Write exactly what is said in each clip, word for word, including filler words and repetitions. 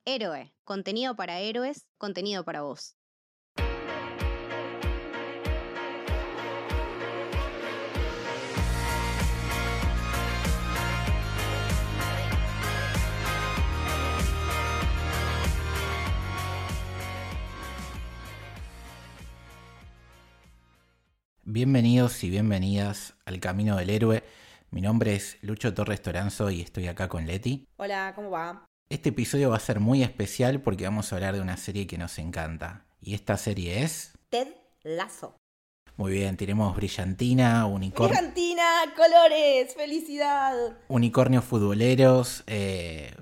Héroe, contenido para héroes, contenido para vos. Bienvenidos y bienvenidas al Camino del Héroe. Mi nombre es Lucho Torres Toranzo y estoy acá con Leti. Hola, ¿cómo va? Este episodio va a ser muy especial porque vamos a hablar de una serie que nos encanta. Y esta serie es... Ted Lasso. Muy bien, tenemos brillantina, unicornio... ¡Brillantina! ¡Colores! ¡Felicidad! Unicornios futboleros, eh,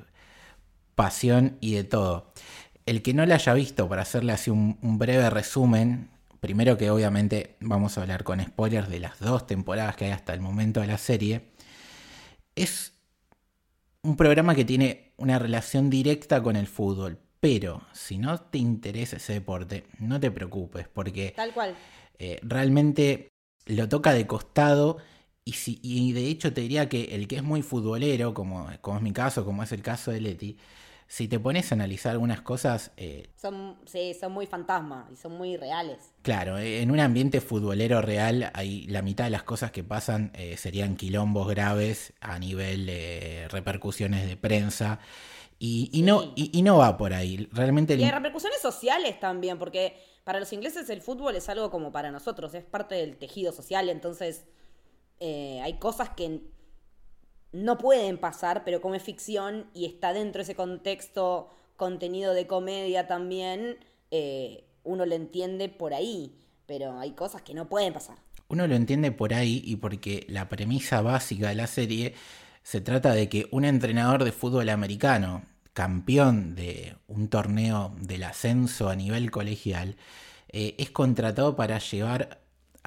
pasión y de todo. El que no la haya visto, para hacerle así un, un breve resumen... Primero que obviamente vamos a hablar con spoilers de las dos temporadas que hay hasta el momento de la serie. Es un programa que tiene una relación directa con el fútbol, pero si no te interesa ese deporte, no te preocupes, porque Tal cual. Eh, realmente lo toca de costado y, si, y de hecho te diría que el que es muy futbolero, como, como es mi caso, como es el caso de Leti, si te pones a analizar algunas cosas... Eh, son, sí, son muy fantasmas y son muy reales. Claro, en un ambiente futbolero real, hay, la mitad de las cosas que pasan eh, serían quilombos graves a nivel de eh, repercusiones de prensa. Y, y, sí. no, y, y no va por ahí. Realmente y hay repercusiones sociales también, porque para los ingleses el fútbol es algo como para nosotros, es parte del tejido social, entonces eh, hay cosas que... no pueden pasar, pero como es ficción y está dentro de ese contexto, contenido de comedia también, eh, uno lo entiende por ahí, pero hay cosas que no pueden pasar. Uno lo entiende por ahí y porque la premisa básica de la serie se trata de que un entrenador de fútbol americano, campeón de un torneo del ascenso a nivel colegial, eh, es contratado para llevar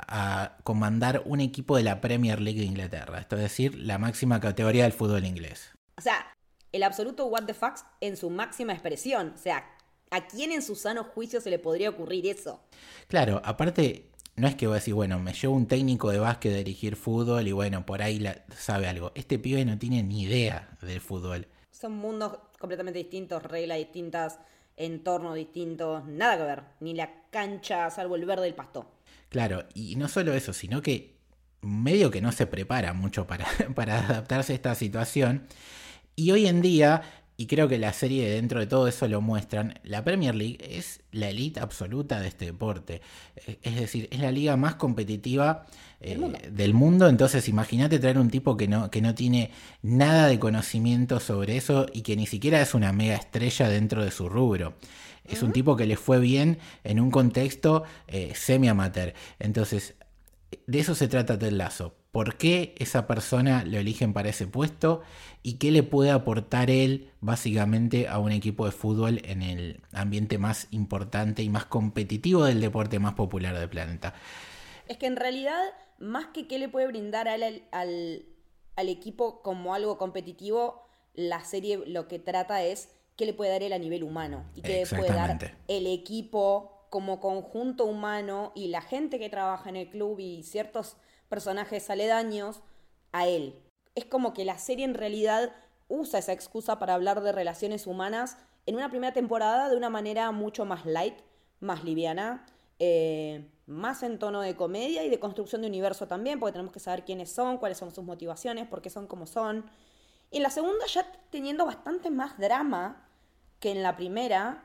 a comandar un equipo de la Premier League de Inglaterra, esto es decir, la máxima categoría del fútbol inglés. O sea, el absoluto what the fuck en su máxima expresión. O sea, ¿a quién en su sano juicio se le podría ocurrir eso? Claro, aparte, no es que vos decís, bueno, me llevo un técnico de básquet a dirigir fútbol y bueno, por ahí la, sabe algo. Este pibe no tiene ni idea del fútbol. Son mundos completamente distintos, reglas distintas, entornos distintos, nada que ver. Ni la cancha, salvo el verde del pasto. Claro, y no solo eso, sino que medio que no se prepara mucho para, para adaptarse a esta situación. Y hoy en día, y creo que la serie dentro de todo eso lo muestran, la Premier League es la elite absoluta de este deporte. Es decir, es la liga más competitiva eh, mundo. del mundo. Entonces imagínate traer un tipo que no, que no tiene nada de conocimiento sobre eso y que ni siquiera es una mega estrella dentro de su rubro. Es un tipo que le fue bien en un contexto eh, semi-amateur. Entonces, de eso se trata Ted Lasso. ¿Por qué esa persona lo eligen para ese puesto? ¿Y qué le puede aportar él, básicamente, a un equipo de fútbol en el ambiente más importante y más competitivo del deporte más popular del planeta? Es que en realidad, más que qué le puede brindar a él, al, al, al equipo como algo competitivo, la serie lo que trata es... qué le puede dar él a nivel humano y qué le puede dar el equipo como conjunto humano y la gente que trabaja en el club y ciertos personajes aledaños a él. Es como que la serie en realidad usa esa excusa para hablar de relaciones humanas en una primera temporada de una manera mucho más light, más liviana, eh, más en tono de comedia y de construcción de universo también, porque tenemos que saber quiénes son, cuáles son sus motivaciones, por qué son como son. Y en la segunda ya teniendo bastante más drama que en la primera,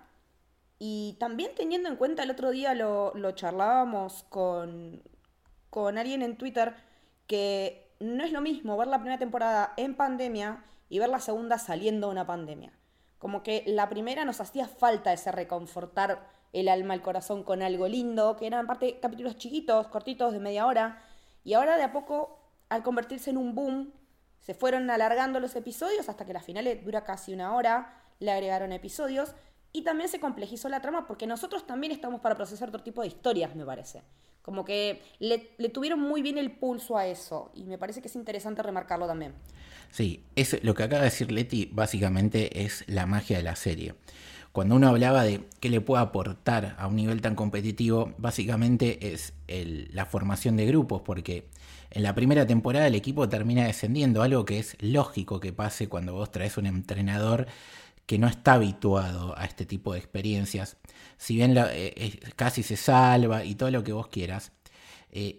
y también teniendo en cuenta, el otro día lo, lo charlábamos con, con alguien en Twitter, que no es lo mismo ver la primera temporada en pandemia y ver la segunda saliendo de una pandemia. Como que la primera nos hacía falta ese reconfortar el alma, el corazón con algo lindo, que eran en parte capítulos chiquitos, cortitos, de media hora, y ahora de a poco, al convertirse en un boom, se fueron alargando los episodios hasta que la final dura casi una hora, le agregaron episodios y también se complejizó la trama porque nosotros también estamos para procesar otro tipo de historias, me parece. Como que le, le tuvieron muy bien el pulso a eso y me parece que es interesante remarcarlo también. Sí, es, lo que acaba de decir Leti básicamente es la magia de la serie. Cuando uno hablaba de qué le puede aportar a un nivel tan competitivo, básicamente es el, la formación de grupos, porque en la primera temporada el equipo termina descendiendo, algo que es lógico que pase cuando vos traes un entrenador que no está habituado a este tipo de experiencias, si bien la, eh, casi se salva y todo lo que vos quieras, eh,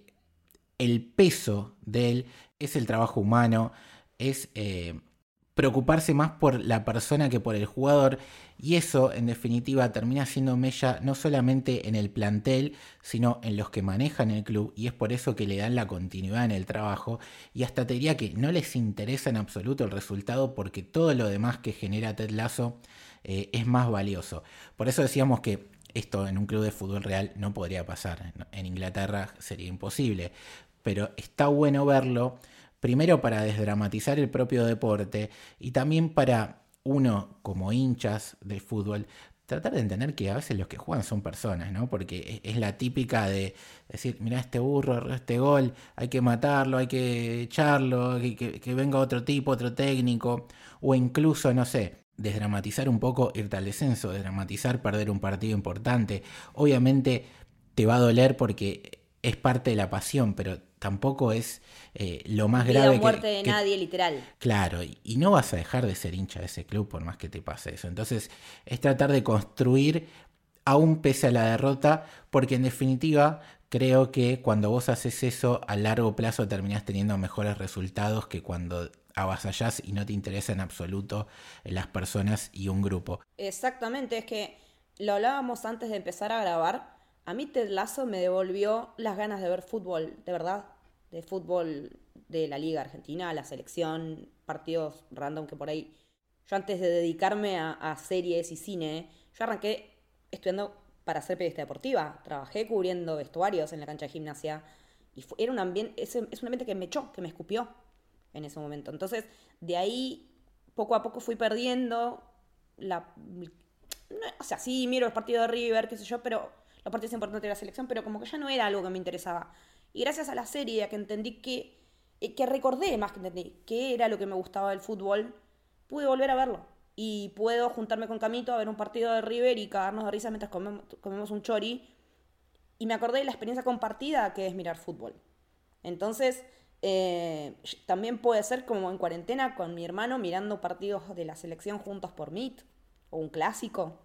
el peso de él es el trabajo humano, es eh, preocuparse más por la persona que por el jugador, y eso en definitiva termina siendo mella no solamente en el plantel, sino en los que manejan el club, y es por eso que le dan la continuidad en el trabajo, y hasta te diría que no les interesa en absoluto el resultado, porque todo lo demás que genera Ted Lasso eh, es más valioso. Por eso decíamos que esto en un club de fútbol real no podría pasar, en Inglaterra sería imposible, pero está bueno verlo, primero para desdramatizar el propio deporte y también para uno como hinchas del fútbol tratar de entender que a veces los que juegan son personas, ¿no? Porque es la típica de decir, mirá este burro, este gol, hay que matarlo, hay que echarlo, que, que, que venga otro tipo, otro técnico, o incluso, no sé, desdramatizar un poco, irte al descenso, desdramatizar perder un partido importante. Obviamente te va a doler porque es parte de la pasión, pero tampoco es eh, lo más vida grave o muerte que, de que, nadie, literal. Claro, y, y no vas a dejar de ser hincha de ese club por más que te pase eso. Entonces es tratar de construir aún pese a la derrota, porque en definitiva creo que cuando vos haces eso a largo plazo terminás teniendo mejores resultados que cuando avasallás y no te interesa en absoluto las personas y un grupo. Exactamente, es que lo hablábamos antes de empezar a grabar. A mí Ted Lasso me devolvió las ganas de ver fútbol, de verdad, de fútbol de la Liga Argentina, la selección, partidos random que por ahí. Yo antes de dedicarme a, a series y cine, yo arranqué estudiando para ser periodista deportiva. Trabajé cubriendo vestuarios en la cancha de gimnasia y fue, era un ambiente, es, es un ambiente que me echó, que me escupió en ese momento. Entonces, de ahí poco a poco fui perdiendo la... No, o sea, sí miro los partidos de River, qué sé yo, pero los partidos importantes de la selección, pero como que ya no era algo que me interesaba. Y gracias a la serie, a que entendí que, que recordé más que entendí, qué era lo que me gustaba del fútbol, pude volver a verlo. Y puedo juntarme con Camito a ver un partido de River y cagarnos de risa mientras comemos, comemos un chori. Y me acordé de la experiencia compartida que es mirar fútbol. Entonces, eh, también puede ser como en cuarentena con mi hermano mirando partidos de la selección juntos por Meet, o un clásico,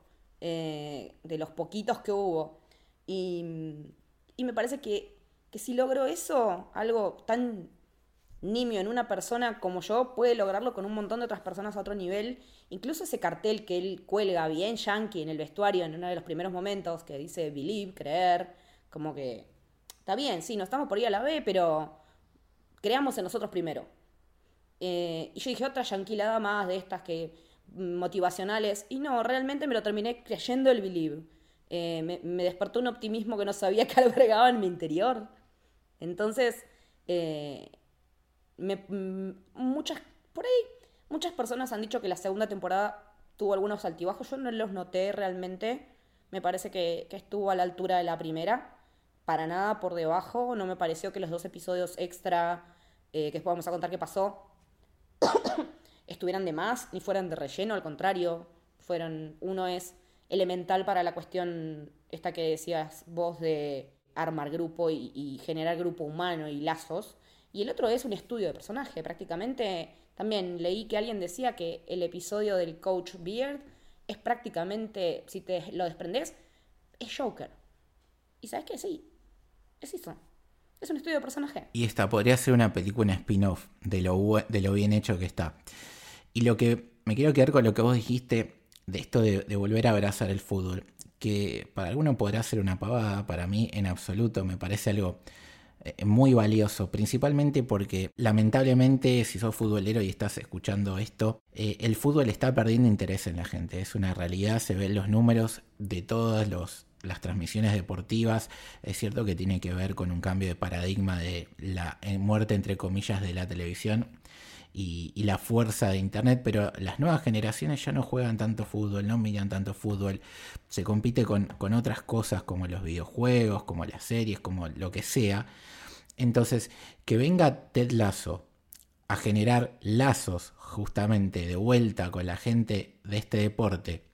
eh, de los poquitos que hubo. Y, y me parece que, que si logro eso, algo tan nimio en una persona como yo, puede lograrlo con un montón de otras personas a otro nivel. Incluso ese cartel que él cuelga bien yankee en el vestuario en uno de los primeros momentos, que dice believe, creer, como que está bien, sí, no estamos por ir a la B, pero creamos en nosotros primero. Eh, y yo dije, otra yanquilada más de estas que motivacionales, y no, realmente me lo terminé creyendo el believe. Eh, me, me despertó un optimismo que no sabía que albergaba en mi interior. Entonces, eh, me, m- muchas, por ahí, muchas personas han dicho que la segunda temporada tuvo algunos altibajos. Yo no los noté realmente. Me parece que, que estuvo a la altura de la primera. Para nada por debajo. No me pareció que los dos episodios extra, eh, que después vamos a contar qué pasó, estuvieran de más, ni fueran de relleno. Al contrario, fueron, uno es elemental para la cuestión esta que decías vos de armar grupo y, y generar grupo humano y lazos. Y el otro es un estudio de personaje. Prácticamente, también leí que alguien decía que el episodio del Coach Beard es prácticamente, si te lo desprendes, es Joker. ¿Y sabes qué? Sí, es eso. Es un estudio de personaje. Y esta podría ser una película spin-off de lo, bu- de lo bien hecho que está. Y lo que me quiero quedar con lo que vos dijiste de esto de, de volver a abrazar el fútbol, que para algunos podrá ser una pavada, para mí en absoluto me parece algo eh, muy valioso, principalmente porque lamentablemente si sos futbolero y estás escuchando esto, eh, el fútbol está perdiendo interés en la gente, es una realidad, se ven los números de todas los, las transmisiones deportivas, es cierto que tiene que ver con un cambio de paradigma de la eh, muerte entre comillas de la televisión, Y, y la fuerza de internet, pero las nuevas generaciones ya no juegan tanto fútbol, no miran tanto fútbol, se compite con, con otras cosas como los videojuegos, como las series, como lo que sea. Entonces, que venga Ted Lasso a generar lazos justamente de vuelta con la gente de este deporte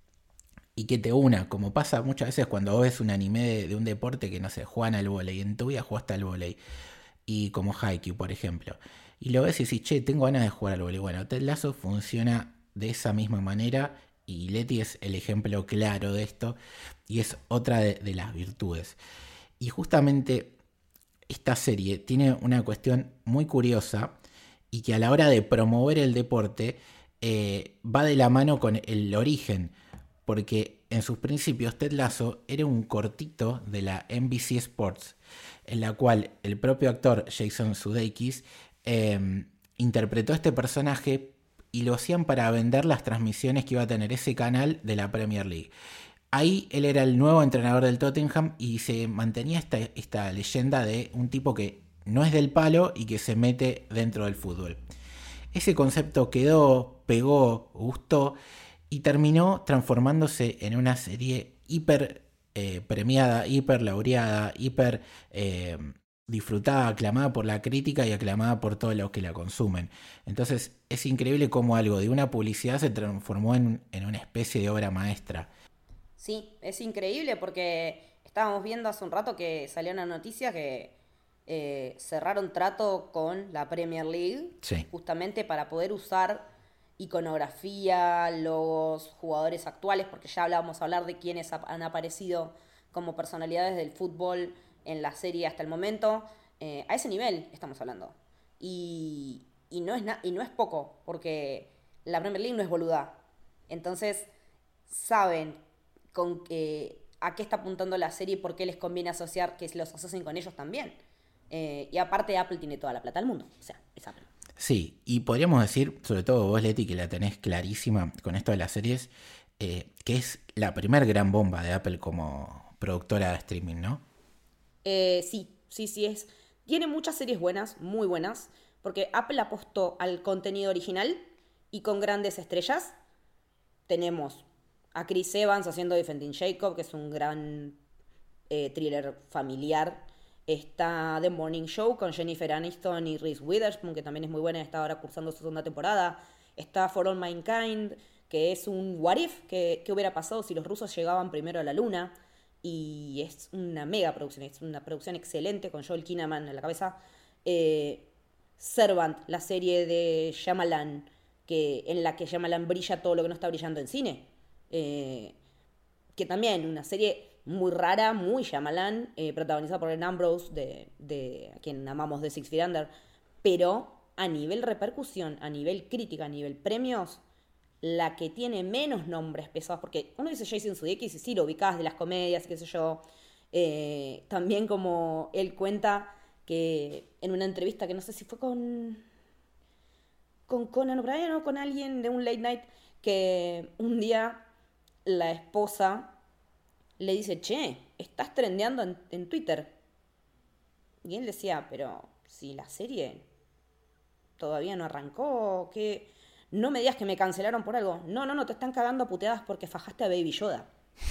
y que te una, como pasa muchas veces cuando vos ves un anime de, de un deporte que no sé, juegan al vóley, en tu vida jugaste al vóley, y como Haikyuu, por ejemplo. Y lo ves y decís, che, tengo ganas de jugar al vóley. Bueno, Ted Lasso funciona de esa misma manera y Letty es el ejemplo claro de esto y es otra de, de las virtudes. Y justamente esta serie tiene una cuestión muy curiosa y que a la hora de promover el deporte eh, va de la mano con el origen, porque en sus principios Ted Lasso era un cortito de la N B C Sports, en la cual el propio actor Jason Sudeikis eh, interpretó a este personaje y lo hacían para vender las transmisiones que iba a tener ese canal de la Premier League. Ahí él era el nuevo entrenador del Tottenham y se mantenía esta, esta leyenda de un tipo que no es del palo y que se mete dentro del fútbol. Ese concepto quedó, pegó, gustó y terminó transformándose en una serie hiper eh, premiada, hiper laureada, hiper eh, disfrutada, aclamada por la crítica y aclamada por todos los que la consumen. Entonces es increíble cómo algo de una publicidad se transformó en, en una especie de obra maestra. Sí, es increíble porque estábamos viendo hace un rato que salió una noticia que eh, cerraron trato con la Premier League, sí, justamente para poder usar iconografía, logos, jugadores actuales, porque ya hablábamos a hablar de quienes han aparecido como personalidades del fútbol en la serie hasta el momento. Eh, a ese nivel estamos hablando. Y, y, no es na- y no es poco, porque la Premier League no es boluda. Entonces, saben con que, a qué está apuntando la serie y por qué les conviene asociar que los asocien con ellos también. Eh, y aparte Apple tiene toda la plata del mundo. O sea, es Apple. Sí, y podríamos decir, sobre todo vos, Leti, que la tenés clarísima con esto de las series, eh, que es la primer gran bomba de Apple como productora de streaming, ¿no? Eh, sí, sí, sí es. Tiene muchas series buenas, muy buenas, porque Apple apostó al contenido original y con grandes estrellas. Tenemos a Chris Evans haciendo Defending Jacob, que es un gran eh, thriller familiar. Está The Morning Show con Jennifer Aniston y Reese Witherspoon, que también es muy buena y está ahora cursando su segunda temporada. Está For All Mankind, que es un what if, que, que hubiera pasado si los rusos llegaban primero a la luna. Y es una mega producción, es una producción excelente con Joel Kinnaman en la cabeza. Eh, Servant, la serie de Shyamalan, que, en la que Shyamalan brilla todo lo que no está brillando en cine. Eh, que también una serie muy rara, muy Shyamalan, eh, protagonizada por Ellen Ambrose, de, de a quien amamos de Six Feet Under, pero a nivel repercusión, a nivel crítica, a nivel premios, la que tiene menos nombres pesados, porque uno dice Jason Sudeikis y sí, lo ubicás de las comedias, qué sé yo, eh, también como él cuenta que en una entrevista que no sé si fue con con Conan O'Brien o con alguien de un late night, que un día la esposa le dice, che, estás trendeando en, en Twitter. Y él decía, pero si la serie todavía no arrancó, que no me digas que me cancelaron por algo. No, no, no, te están cagando a puteadas porque fajaste a Baby Yoda.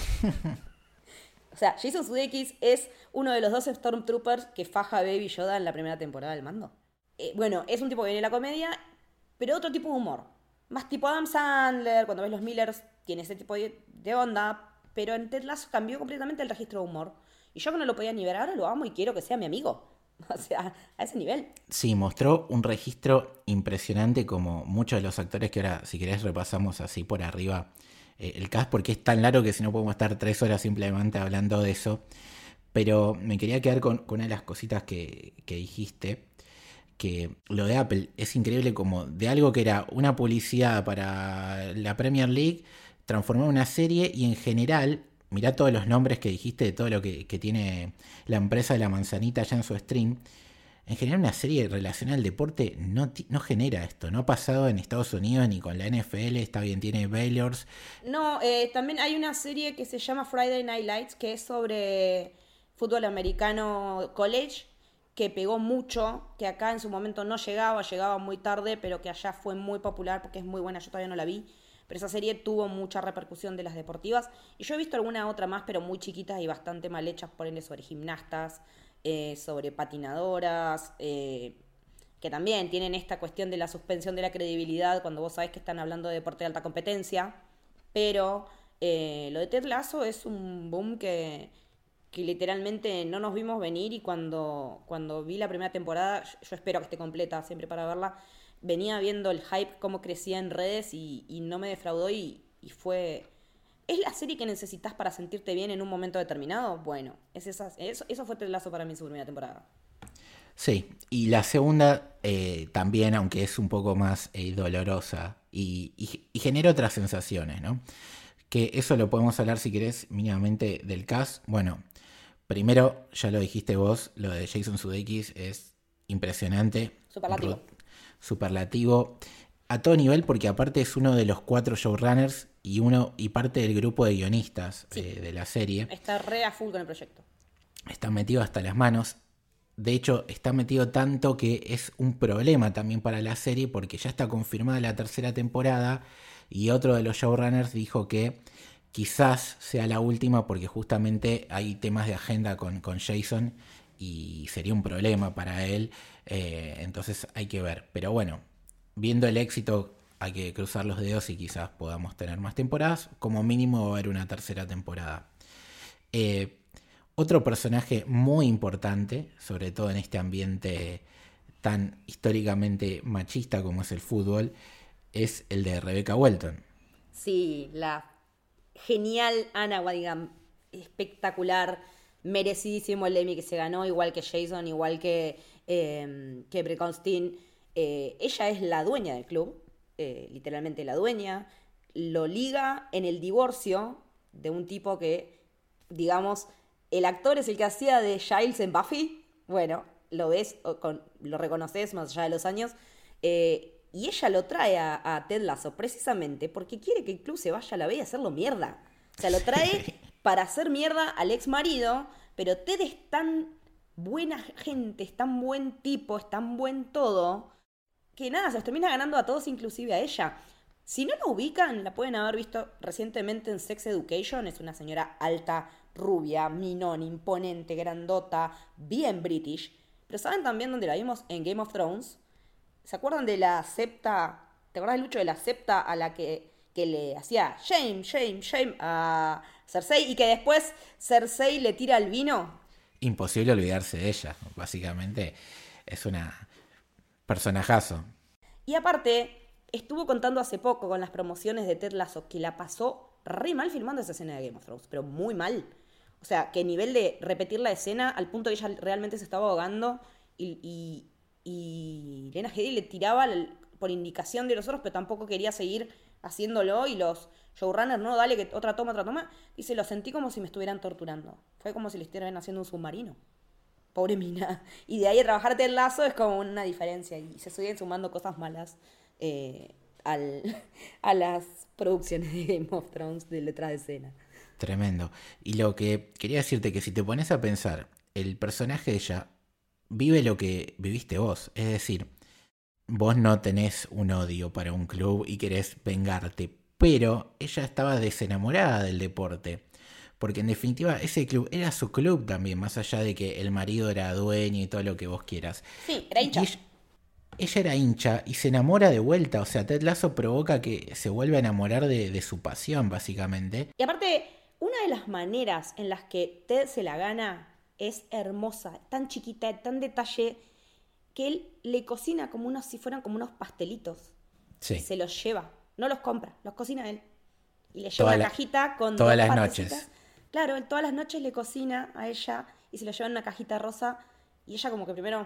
O sea, Jason Sudeikis es uno de los dos Stormtroopers que faja a Baby Yoda en la primera temporada del mando. Eh, bueno, es un tipo que viene de la comedia, pero otro tipo de humor. Más tipo Adam Sandler, cuando ves Los Millers, tiene ese tipo de, de onda. Pero en Ted Lasso cambió completamente el registro de humor. Y yo que no lo podía ni ver ahora, lo amo y quiero que sea mi amigo. O sea, a ese nivel. Sí, mostró un registro impresionante como muchos de los actores que ahora, si querés, repasamos así por arriba eh, el cast, porque es tan largo que si no podemos estar tres horas simplemente hablando de eso. Pero me quería quedar con, con una de las cositas que, que dijiste, que lo de Apple es increíble como de algo que era una publicidad para la Premier League, transformar en una serie y en general, mirá todos los nombres que dijiste de todo lo que, que tiene la empresa de la manzanita ya en su stream. En general una serie relacionada al deporte no, no genera esto, no ha pasado en Estados Unidos ni con la N F L, está bien, tiene Baylors. No, eh, también hay una serie que se llama Friday Night Lights, que es sobre fútbol americano college, que pegó mucho, que acá en su momento no llegaba, llegaba muy tarde, pero que allá fue muy popular porque es muy buena, yo todavía no la vi. Pero esa serie tuvo mucha repercusión de las deportivas. Y yo he visto alguna otra más, pero muy chiquitas y bastante mal hechas, por ende, sobre gimnastas, eh, sobre patinadoras, eh, que también tienen esta cuestión de la suspensión de la credibilidad cuando vos sabés que están hablando de deporte de alta competencia. Pero eh, lo de Ted Lasso es un boom que, que literalmente no nos vimos venir y cuando, cuando vi la primera temporada, yo espero que esté completa siempre para verla, venía viendo el hype, cómo crecía en redes y, y no me defraudó y, y fue... ¿Es la serie que necesitas para sentirte bien en un momento determinado? Bueno, es esa, eso, eso fue Ted Lasso para mí en su primera temporada. Sí, y la segunda eh, también, aunque es un poco más eh, dolorosa y, y, y genera otras sensaciones, ¿no? Que eso lo podemos hablar, si querés, mínimamente del cast. Bueno, primero, ya lo dijiste vos, lo de Jason Sudeikis es impresionante. Superlativo. Superlativo a todo nivel, porque aparte es uno de los cuatro showrunners y uno y parte del grupo de guionistas sí. eh, de la serie. Está re a full con el proyecto. Está metido hasta las manos. De hecho, está metido tanto que es un problema también para la serie, porque ya está confirmada la tercera temporada y otro de los showrunners dijo que quizás sea la última porque justamente hay temas de agenda con, con Jason y sería un problema para él. Eh, entonces hay que ver. Pero bueno, viendo el éxito hay que cruzar los dedos y quizás podamos tener más temporadas. Como mínimo va a haber una tercera temporada. Eh, otro personaje muy importante, sobre todo en este ambiente tan históricamente machista como es el fútbol, es el de Rebecca Welton. Sí, la genial Anna Waddingham, espectacular, merecidísimo el Emmy que se ganó, igual que Jason, igual que, eh, que Bre Constein. Eh, ella es la dueña del club, eh, literalmente la dueña, lo liga en el divorcio de un tipo que, digamos, el actor es el que hacía de Giles en Buffy, bueno, lo ves, con, lo reconoces más allá de los años, eh, y ella lo trae a, a Ted Lasso precisamente porque quiere que el club se vaya a la B y hacerlo mierda. O sea, lo trae para hacer mierda al ex marido, pero Ted es tan buena gente, es tan buen tipo, es tan buen todo, que nada, se los termina ganando a todos, inclusive a ella. Si no la ubican, la pueden haber visto recientemente en Sex Education. Es una señora alta, rubia, minón, imponente, grandota, bien british. Pero ¿saben también dónde la vimos? En Game of Thrones. ¿Se acuerdan de la septa? ¿Te acuerdas, Lucho, de la septa a la que, que le hacía shame, shame, shame a Cersei y que después Cersei le tira el vino? Imposible olvidarse de ella. Básicamente es una personajazo. Y aparte, estuvo contando hace poco con las promociones de Ted Lasso que la pasó re mal filmando esa escena de Game of Thrones, pero muy mal. O sea, que nivel de repetir la escena al punto que ella realmente se estaba ahogando y, y, y Lena Headey le tiraba por indicación de los otros, pero tampoco quería seguir haciéndolo y los showrunners, no, dale, que otra toma, otra toma. Dice, lo sentí como si me estuvieran torturando. Fue como si le estuvieran haciendo un submarino. Pobre mina. Y de ahí a trabajar Ted Lasso es como una diferencia y se siguen sumando cosas malas eh, al, a las producciones de Game of Thrones de detrás de escena. Tremendo. Y lo que quería decirte que si te pones a pensar, el personaje de ella vive lo que viviste vos. Es decir, vos no tenés un odio para un club y querés vengarte, pero ella estaba desenamorada del deporte. Porque en definitiva ese club era su club también, más allá de que el marido era dueño y todo lo que vos quieras. Sí, era hincha. Ella, ella era hincha y se enamora de vuelta. O sea, Ted Lasso provoca que se vuelva a enamorar de, de su pasión, básicamente. Y aparte, una de las maneras en las que Ted se la gana es hermosa, tan chiquita, tan detalle, que él le cocina como unos, si fueran como unos pastelitos. Sí. Y se los lleva, no los compra, los cocina él. Y le lleva Toda una la, cajita con todas dos las partecitas. noches. Claro, él todas las noches le cocina a ella y se lo lleva en una cajita rosa. Y ella como que primero...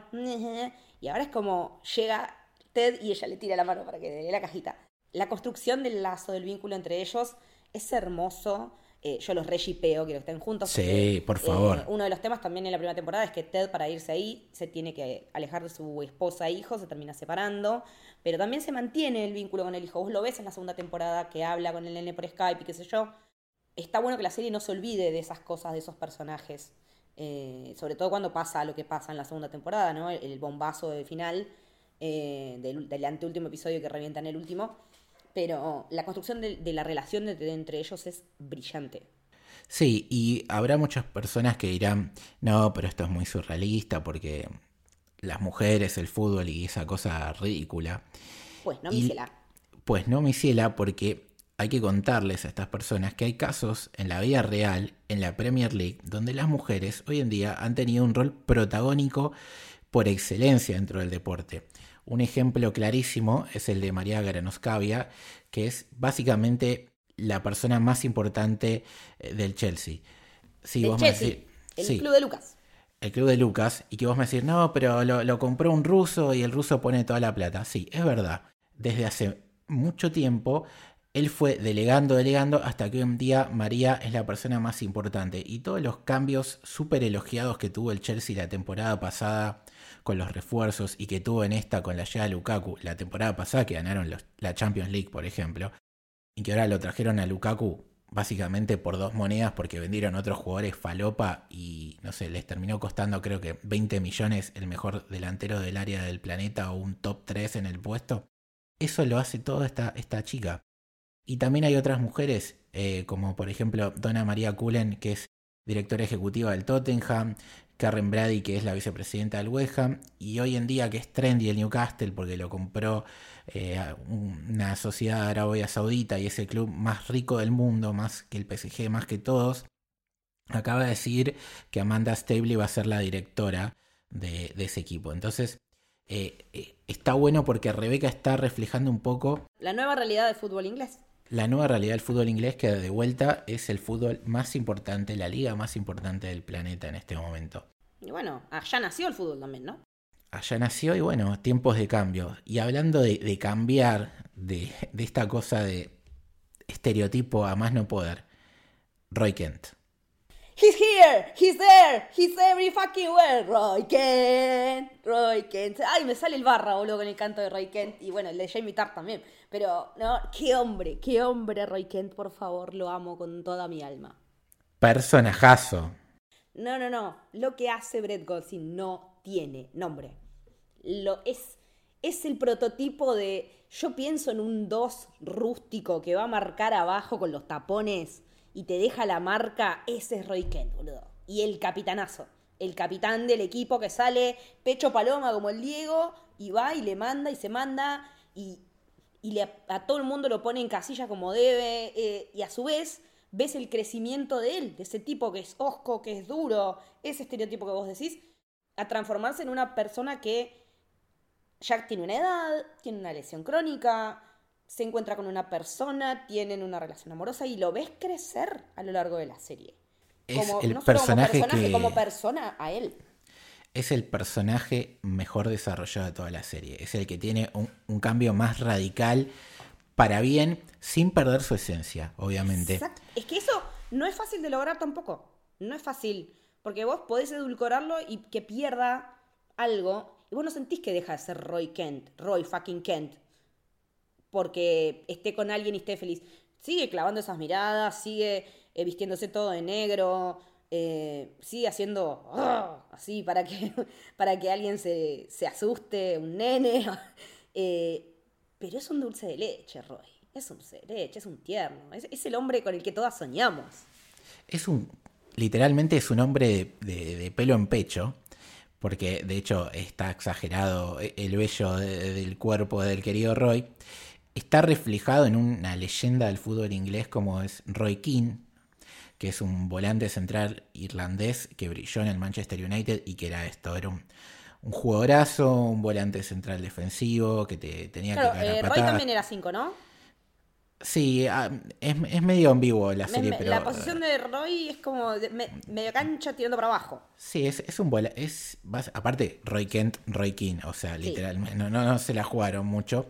Y ahora es como llega Ted y ella le tira la mano para que le dé la cajita. La construcción del lazo, del vínculo entre ellos es hermoso. Eh, yo los re-shipeo, quiero que estén juntos. Sí, porque, por favor. Eh, uno de los temas también en la primera temporada es que Ted, para irse ahí, se tiene que alejar de su esposa e hijo, se termina separando. Pero también se mantiene el vínculo con el hijo. Vos lo ves en la segunda temporada que habla con el nene por Skype y qué sé yo. Está bueno que la serie no se olvide de esas cosas, de esos personajes. Eh, sobre todo cuando pasa lo que pasa en la segunda temporada, ¿no? El, el bombazo del final, eh, del, del anteúltimo episodio que revienta en el último. Pero la construcción de, de la relación de, de entre ellos es brillante. Sí, y habrá muchas personas que dirán, no, pero esto es muy surrealista porque las mujeres, el fútbol y esa cosa ridícula. Pues no, y, mi ciela. Pues no, mi ciela, porque hay que contarles a estas personas que hay casos en la vida real, en la Premier League, donde las mujeres hoy en día han tenido un rol protagónico por excelencia dentro del deporte. Un ejemplo clarísimo es el de María Granovskaya, que es básicamente la persona más importante del Chelsea. Sí, el vos Chelsea, me decís, el sí, club de Lucas. El club de Lucas, y que vos me decís, no, pero lo, lo compró un ruso y el ruso pone toda la plata. Sí, es verdad. Desde hace mucho tiempo él fue delegando, delegando, hasta que hoy en día María es la persona más importante. Y todos los cambios súper elogiados que tuvo el Chelsea la temporada pasada con los refuerzos y que tuvo en esta con la llegada de Lukaku, la temporada pasada que ganaron los, la Champions League, por ejemplo, y que ahora lo trajeron a Lukaku básicamente por dos monedas porque vendieron otros jugadores falopa y no sé, les terminó costando creo que veinte millones el mejor delantero del área del planeta o un top tres en el puesto. Eso lo hace toda esta, esta chica. Y también hay otras mujeres, eh, como por ejemplo Donna María Cullen, que es directora ejecutiva del Tottenham, Karen Brady, que es la vicepresidenta del West Ham, y hoy en día que es trendy el Newcastle porque lo compró eh, una sociedad de Arabia Saudita y es el club más rico del mundo, más que el P S G, más que todos, acaba de decir que Amanda Staveley va a ser la directora de, de ese equipo. Entonces, eh, eh, está bueno porque Rebeca está reflejando un poco la nueva realidad del fútbol inglés. La nueva realidad del fútbol inglés, que de vuelta es el fútbol más importante, la liga más importante del planeta en este momento. Y bueno, allá nació el fútbol también, ¿no? Allá nació y bueno, tiempos de cambio. Y hablando de, de cambiar, de, de esta cosa de estereotipo a más no poder, Roy Kent. He's here, he's there, he's every fucking where. Roy Kent, Roy Kent. Ay, me sale el barra, boludo, con el canto de Roy Kent. Y bueno, el de Jamie Tartt también. Pero, no, qué hombre, qué hombre Roy Kent, por favor, lo amo con toda mi alma. Personajazo. No, no, no. Lo que hace Brett Goldstein no tiene nombre. Lo es, es el prototipo de... Yo pienso en un dos rústico que va a marcar abajo con los tapones y te deja la marca. Ese es Roy Kent, boludo. Y el capitanazo. El capitán del equipo que sale pecho paloma como el Diego y va y le manda y se manda y, y le, a todo el mundo lo pone en casilla como debe. Eh, y a su vez ves el crecimiento de él, de ese tipo que es hosco, que es duro, ese estereotipo que vos decís, a transformarse en una persona que ya tiene una edad, tiene una lesión crónica, se encuentra con una persona, tienen una relación amorosa y lo ves crecer a lo largo de la serie. Es como, el no solo personaje, como personaje, que... como persona a él. Es el personaje mejor desarrollado de toda la serie. Es el que tiene un, un cambio más radical para bien, sin perder su esencia, obviamente. Exacto. Es que eso no es fácil de lograr tampoco. No es fácil. Porque vos podés edulcorarlo y que pierda algo. Y vos no sentís que deja de ser Roy Kent. Roy fucking Kent. Porque esté con alguien y esté feliz. Sigue clavando esas miradas. Sigue eh, vistiéndose todo de negro. Eh, sigue haciendo oh, así para que, para que alguien se, se asuste. Un nene. eh, Pero es un dulce de leche, Roy. Es un dulce de leche, es un tierno. Es, es el hombre con el que todas soñamos. Es un... Literalmente es un hombre de, de, de pelo en pecho. Porque de hecho está exagerado el vello de, del cuerpo del querido Roy. Está reflejado en una leyenda del fútbol inglés como es Roy Keane, que es un volante central irlandés que brilló en el Manchester United y que era esto, era un... Un jugadorazo, un volante central defensivo que te tenía claro, que ganar eh, patadas. Roy también era cinco, ¿no? Sí, es, es medio ambiguo la Me, serie, me, pero... La posición de Roy es como de, me, medio cancha tirando para abajo. Sí, es, es un volante... Es, aparte, Roy Kent, Roy Keane, o sea, sí. literalmente, no, no, no se la jugaron mucho.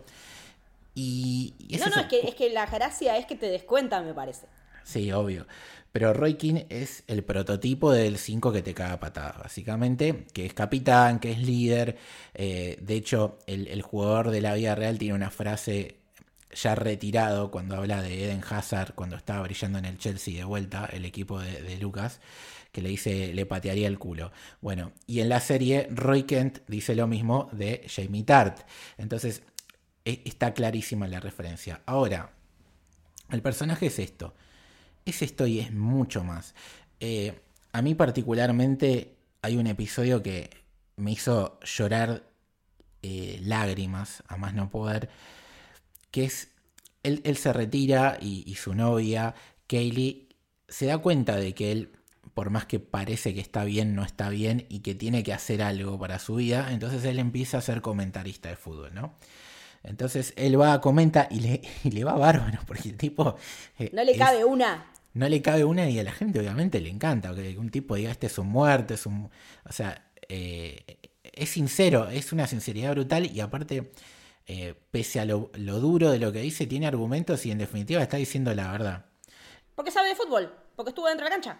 Y, y es no, eso. no, es que, es que la gracia es que te des cuenta, me parece. Sí, obvio. Pero Roy Keane es el prototipo del cinco que te caga patadas, básicamente, que es capitán, que es líder. Eh, de hecho, el, el jugador de la vida real tiene una frase ya retirado cuando habla de Eden Hazard, cuando estaba brillando en el Chelsea de vuelta, el equipo de, de Lucas, que le dice, le patearía el culo. Bueno, y en la serie Roy Kent dice lo mismo de Jamie Tartt. Entonces, e- está clarísima la referencia. Ahora, el personaje es esto. Es esto y es mucho más. Eh, a mí particularmente hay un episodio que me hizo llorar eh, lágrimas, a más no poder, que es, él, él se retira y, y su novia, Kaylee, se da cuenta de que él por más que parece que está bien, no está bien y que tiene que hacer algo para su vida. Entonces él empieza a ser comentarista de fútbol, ¿no? Entonces él va, comenta y le, y le va bárbaro, porque el tipo... eh, No le es- cabe una. no le cabe una y a la gente obviamente le encanta que un tipo diga este es un muerto, es un... O sea, eh, es sincero, es una sinceridad brutal y aparte, eh, pese a lo, lo duro de lo que dice, tiene argumentos y en definitiva está diciendo la verdad. Porque sabe de fútbol. Porque estuvo dentro de la cancha.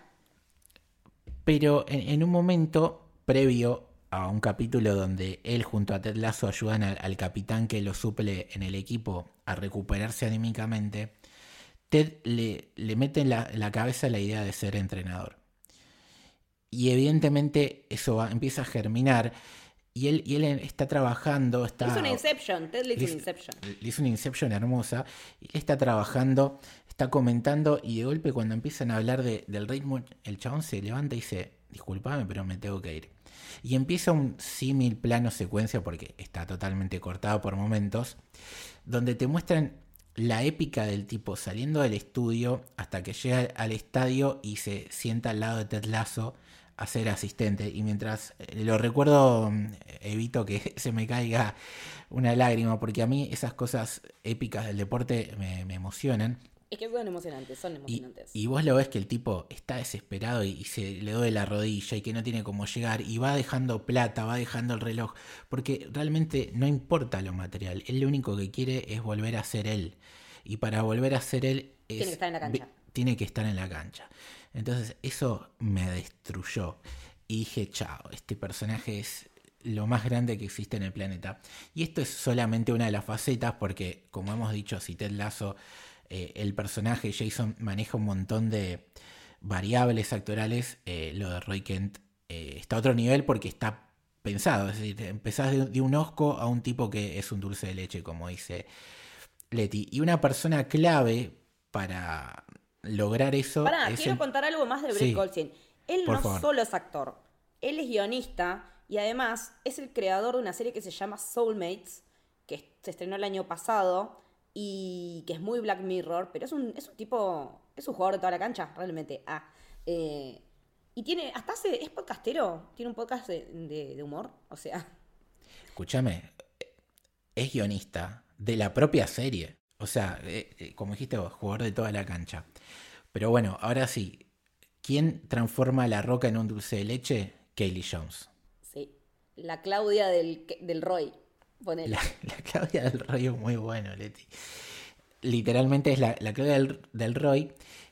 Pero en, en un momento previo a un capítulo donde él junto a Ted Lasso ayudan al, al capitán que lo suple en el equipo a recuperarse anímicamente, Ted le, le mete en la, en la cabeza la idea de ser entrenador. Y evidentemente eso va, empieza a germinar y él, y él está trabajando, está... Hizo una Inception. Ted le hizo le una hizo- Inception. le hizo una Inception hermosa y él está trabajando, está comentando y de golpe cuando empiezan a hablar de, del ritmo, el chabón se levanta y dice, disculpame pero me tengo que ir. Y empieza un símil plano secuencia porque está totalmente cortado por momentos, donde te muestran la épica del tipo saliendo del estudio hasta que llega al estadio y se sienta al lado de Ted Lasso a ser asistente. Y mientras eh, lo recuerdo, mm, evito que se me caiga una lágrima, porque a mí esas cosas épicas del deporte me, me emocionan. Es que son emocionantes, son Y, emocionantes. y vos lo ves que el tipo está desesperado y, y se le duele la rodilla y que no tiene cómo llegar y va dejando plata, va dejando el reloj, porque realmente no importa lo material, él lo único que quiere es volver a ser él. Y para volver a ser él es, Tiene que estar en la cancha. tiene que estar en la cancha. Entonces eso me destruyó y dije, chao, este personaje es lo más grande que existe en el planeta. Y esto es solamente una de las facetas porque, como hemos dicho, si Ted Lasso... Eh, el personaje Jason maneja un montón de variables actorales, eh, lo de Roy Kent eh, está a otro nivel porque está pensado, es decir, empezás de, de un osco a un tipo que es un dulce de leche, como dice Leti, y una persona clave para lograr eso Pará, es quiero el... contar algo más de Brett Sí, Goldstein. Él por no favor. solo es actor, él es guionista y además es el creador de una serie que se llama Soulmates, que se estrenó el año pasado y que es muy Black Mirror, pero es un, es un tipo, es un jugador de toda la cancha, realmente. Ah, eh, y tiene, hasta hace, es podcastero, tiene un podcast de, de- de humor, o sea, Escúchame, es guionista de la propia serie. O sea, eh, eh, como dijiste vos, jugador de toda la cancha. Pero bueno, ahora sí, ¿quién transforma a la roca en un dulce de leche? Kaylee Jones. sí, la Claudia del, del Roy, ponele. La, la Claudia del Roy es muy bueno, Leti. Literalmente es la, la Claudia del, del Roy,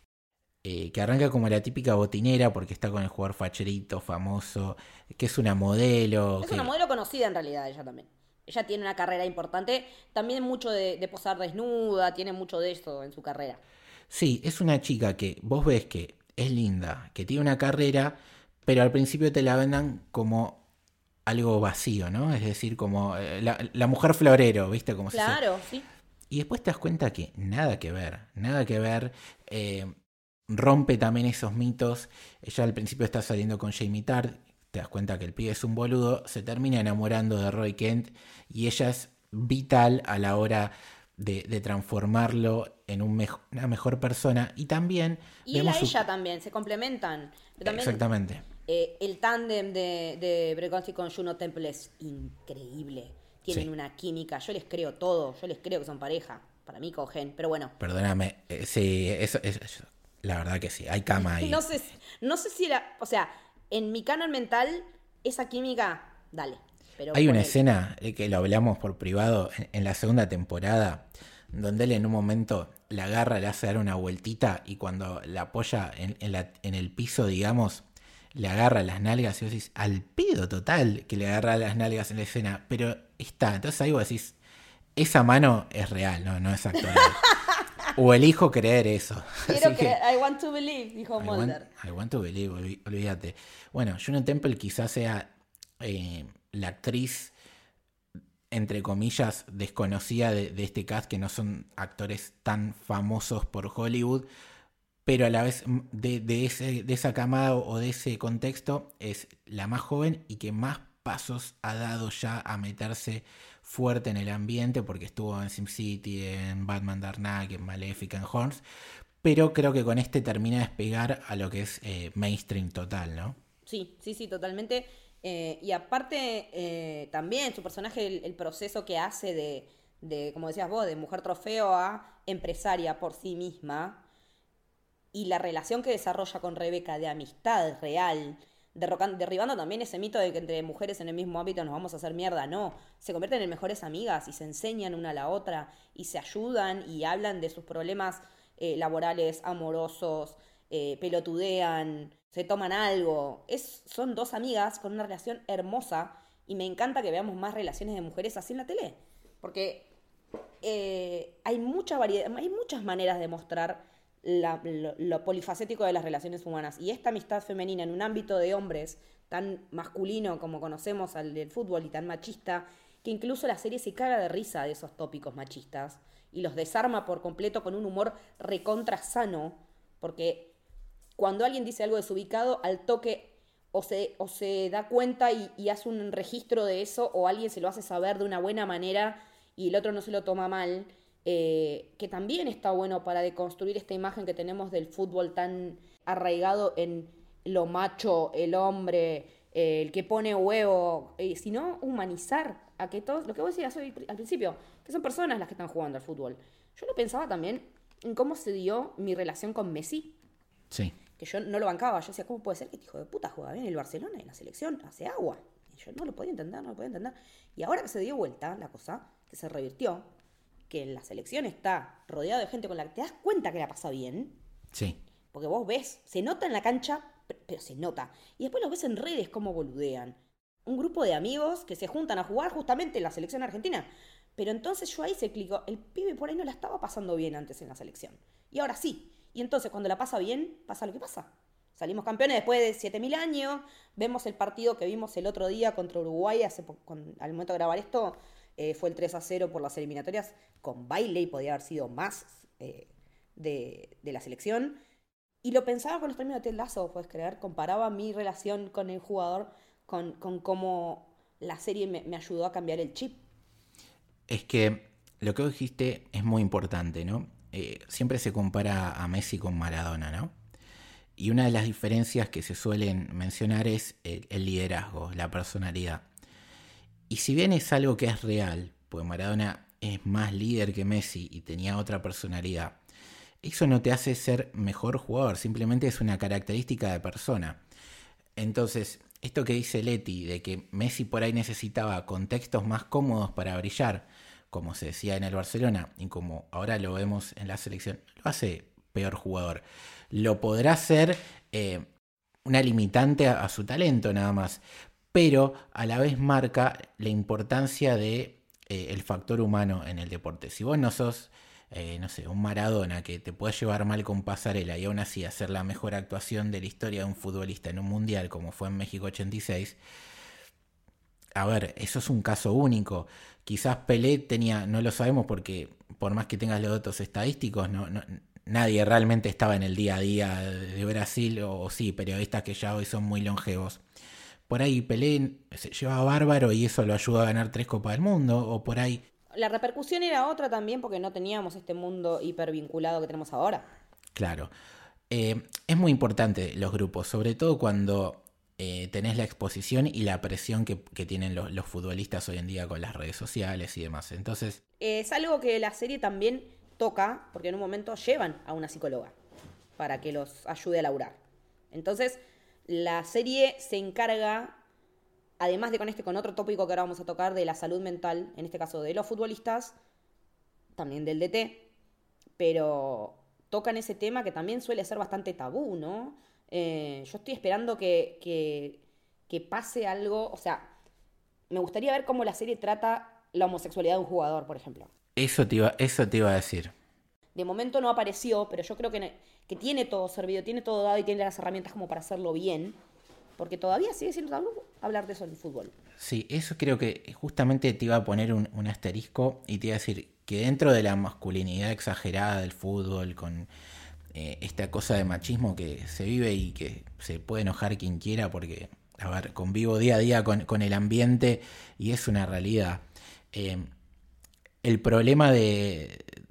eh, que arranca como la típica botinera porque está con el jugador facherito, famoso, que es una modelo. Es que... una modelo conocida en realidad, ella también. Ella tiene una carrera importante, también mucho de, de posar desnuda, tiene mucho de esto en su carrera. Sí, es una chica que vos ves que es linda, que tiene una carrera, pero al principio te la vendan como algo vacío, ¿no? Es decir, como eh, la, la mujer florero, ¿viste? Como si se- Claro, sí. Y después te das cuenta que nada que ver, nada que ver. eh, rompe también esos mitos. Ella al principio está saliendo con Jamie Tart, te das cuenta que el pibe es un boludo, se termina enamorando de Roy Kent y ella es vital a la hora de, de transformarlo en un mejo- una mejor persona. Y también Y él vemos a su- ella también, se complementan. Pero también, Exactamente. eh, el tándem de, de Brett Goldstein con Juno Temple es increíble. Tienen Sí. una química, yo les creo todo, yo les creo que son pareja. Para mí cogen, pero bueno. Perdóname, eh, sí, eso, eso- eso- la verdad que sí, hay cama ahí. No sé, si- no sé si era, o sea, en mi canon mental, esa química, dale. Pero Hay una ponele. escena eh, que lo hablamos por privado en, en la segunda temporada, donde él en un momento la agarra, le hace dar una vueltita y cuando la apoya en, en la- en el piso, digamos, le agarra las nalgas y vos decís, al pedo total que le agarra las nalgas en la escena, pero está, entonces ahí vos decís, esa mano es real, no, no es actoral. O elijo creer eso. Quiero Así que- creer, I want to believe, dijo I want, Mulder. I want to believe, olví- olvídate. Bueno, Juno Temple quizás sea eh, la actriz, entre comillas, desconocida de, de este cast, que no son actores tan famosos por Hollywood, pero a la vez mm, de, de, ese, de esa camada o de ese contexto es la más joven y que más pasos ha dado ya a meterse fuerte en el ambiente, porque estuvo en SimCity, en Batman Dark Knight, en Maleficent, en Horns, pero creo que con este termina de despegar a lo que es eh, mainstream total, ¿no? Sí, sí, sí, totalmente. Eh, y aparte, eh, también su personaje, el, el proceso que hace de, de, como decías vos, de mujer trofeo a empresaria por sí misma, y la relación que desarrolla con Rebeca de amistad real, derrocan- derribando también ese mito de que entre mujeres en el mismo ámbito nos vamos a hacer mierda. No, se convierten en mejores amigas y se enseñan una a la otra y se ayudan y hablan de sus problemas eh, laborales, amorosos, eh, pelotudean, se toman algo. Es, son dos amigas con una relación hermosa y me encanta que veamos más relaciones de mujeres así en la tele. Porque eh, hay mucha variedad, hay muchas maneras de mostrar la- lo, lo polifacético de las relaciones humanas. Y esta amistad femenina en un ámbito de hombres tan masculino como conocemos al del fútbol y tan machista, que incluso la serie se caga de risa de esos tópicos machistas y los desarma por completo con un humor recontra sano, porque cuando alguien dice algo desubicado, al toque o se, o se da cuenta y, y hace un registro de eso, o alguien se lo hace saber de una buena manera y el otro no se lo toma mal, eh, que también está bueno para deconstruir esta imagen que tenemos del fútbol tan arraigado en lo macho, el hombre, eh, el que pone huevo, eh, sino humanizar a que todos, lo que vos decías hoy al principio, que son personas las que están jugando al fútbol. Yo lo pensaba también en cómo se dio mi relación con Messi, Sí. que yo no lo bancaba. Yo decía, ¿cómo puede ser que este hijo de puta juega bien en el Barcelona y en la selección? Hace agua. Y yo no lo podía entender, no lo podía entender. Y ahora que se dio vuelta la cosa, que se revirtió, que en la selección está rodeado de gente con la que te das cuenta que la pasa bien, Sí. porque vos ves, se nota en la cancha, pe- pero se nota. Y después lo ves en redes cómo boludean. Un grupo de amigos que se juntan a jugar justamente en la selección argentina. Pero entonces yo ahí se clico, el pibe por ahí no la estaba pasando bien antes en la selección. Y ahora sí. Y entonces cuando la pasa bien, pasa lo que pasa. Salimos campeones después de siete mil años, vemos el partido que vimos el otro día contra Uruguay, hace po- con- al momento de grabar esto, eh, fue el tres a cero por las eliminatorias, con baile y podía haber sido más eh, de, de la selección. Y lo pensaba con los términos de Ted Lasso, puedes creer, comparaba mi relación con el jugador con, con cómo la serie me, me ayudó a cambiar el chip. Es que lo que vos dijiste es muy importante, ¿no? Eh, siempre se compara a Messi con Maradona, ¿no? Y una de las diferencias que se suelen mencionar es el, el liderazgo, la personalidad. Y si bien es algo que es real, pues Maradona es más líder que Messi y tenía otra personalidad, eso no te hace ser mejor jugador, simplemente es una característica de persona. Entonces, esto que dice Leti, de que Messi por ahí necesitaba contextos más cómodos para brillar, como se decía en el Barcelona y como ahora lo vemos en la selección, lo hace peor jugador. Lo podrá hacer eh, una limitante a, a su talento nada más, pero a la vez marca la importancia de eh, el factor humano en el deporte. Si vos no sos, eh, no sé, un Maradona que te puede llevar mal con pasarela y aún así hacer la mejor actuación de la historia de un futbolista en un mundial como fue en México ochenta y seis, a ver, eso es un caso único. Quizás Pelé tenía, no lo sabemos porque por más que tengas los datos estadísticos, no, no, nadie realmente estaba en el día a día de Brasil, o, o sí, periodistas que ya hoy son muy longevos. Por ahí Pelé se llevaba bárbaro y eso lo ayudó a ganar tres Copas del Mundo, o por ahí... La repercusión era otra también porque no teníamos este mundo hipervinculado que tenemos ahora. Claro. Eh, es muy importante los grupos, sobre todo cuando eh, tenés la exposición y la presión que, que tienen los, los futbolistas hoy en día con las redes sociales y demás. Entonces, Eh, es algo que la serie también toca, porque en un momento llevan a una psicóloga para que los ayude a laburar. Entonces, la serie se encarga, además de con este, con otro tópico que ahora vamos a tocar, de la salud mental, en este caso de los futbolistas, también del D T, pero tocan ese tema que también suele ser bastante tabú, ¿no? Eh, yo estoy esperando que, que, que pase algo, o sea, me gustaría ver cómo la serie trata la homosexualidad de un jugador, por ejemplo. eso te iba, eso te iba a decir. De momento no apareció, pero yo creo que, que tiene todo servido, tiene todo dado y tiene las herramientas como para hacerlo bien, porque todavía sigue siendo tabú hablar de eso en el fútbol. Sí, eso creo que justamente te iba a poner un, un asterisco y te iba a decir que dentro de la masculinidad exagerada del fútbol, con eh, esta cosa de machismo que se vive y que se puede enojar quien quiera porque, a ver, convivo día a día con, con el ambiente y es una realidad. Eh, el problema de,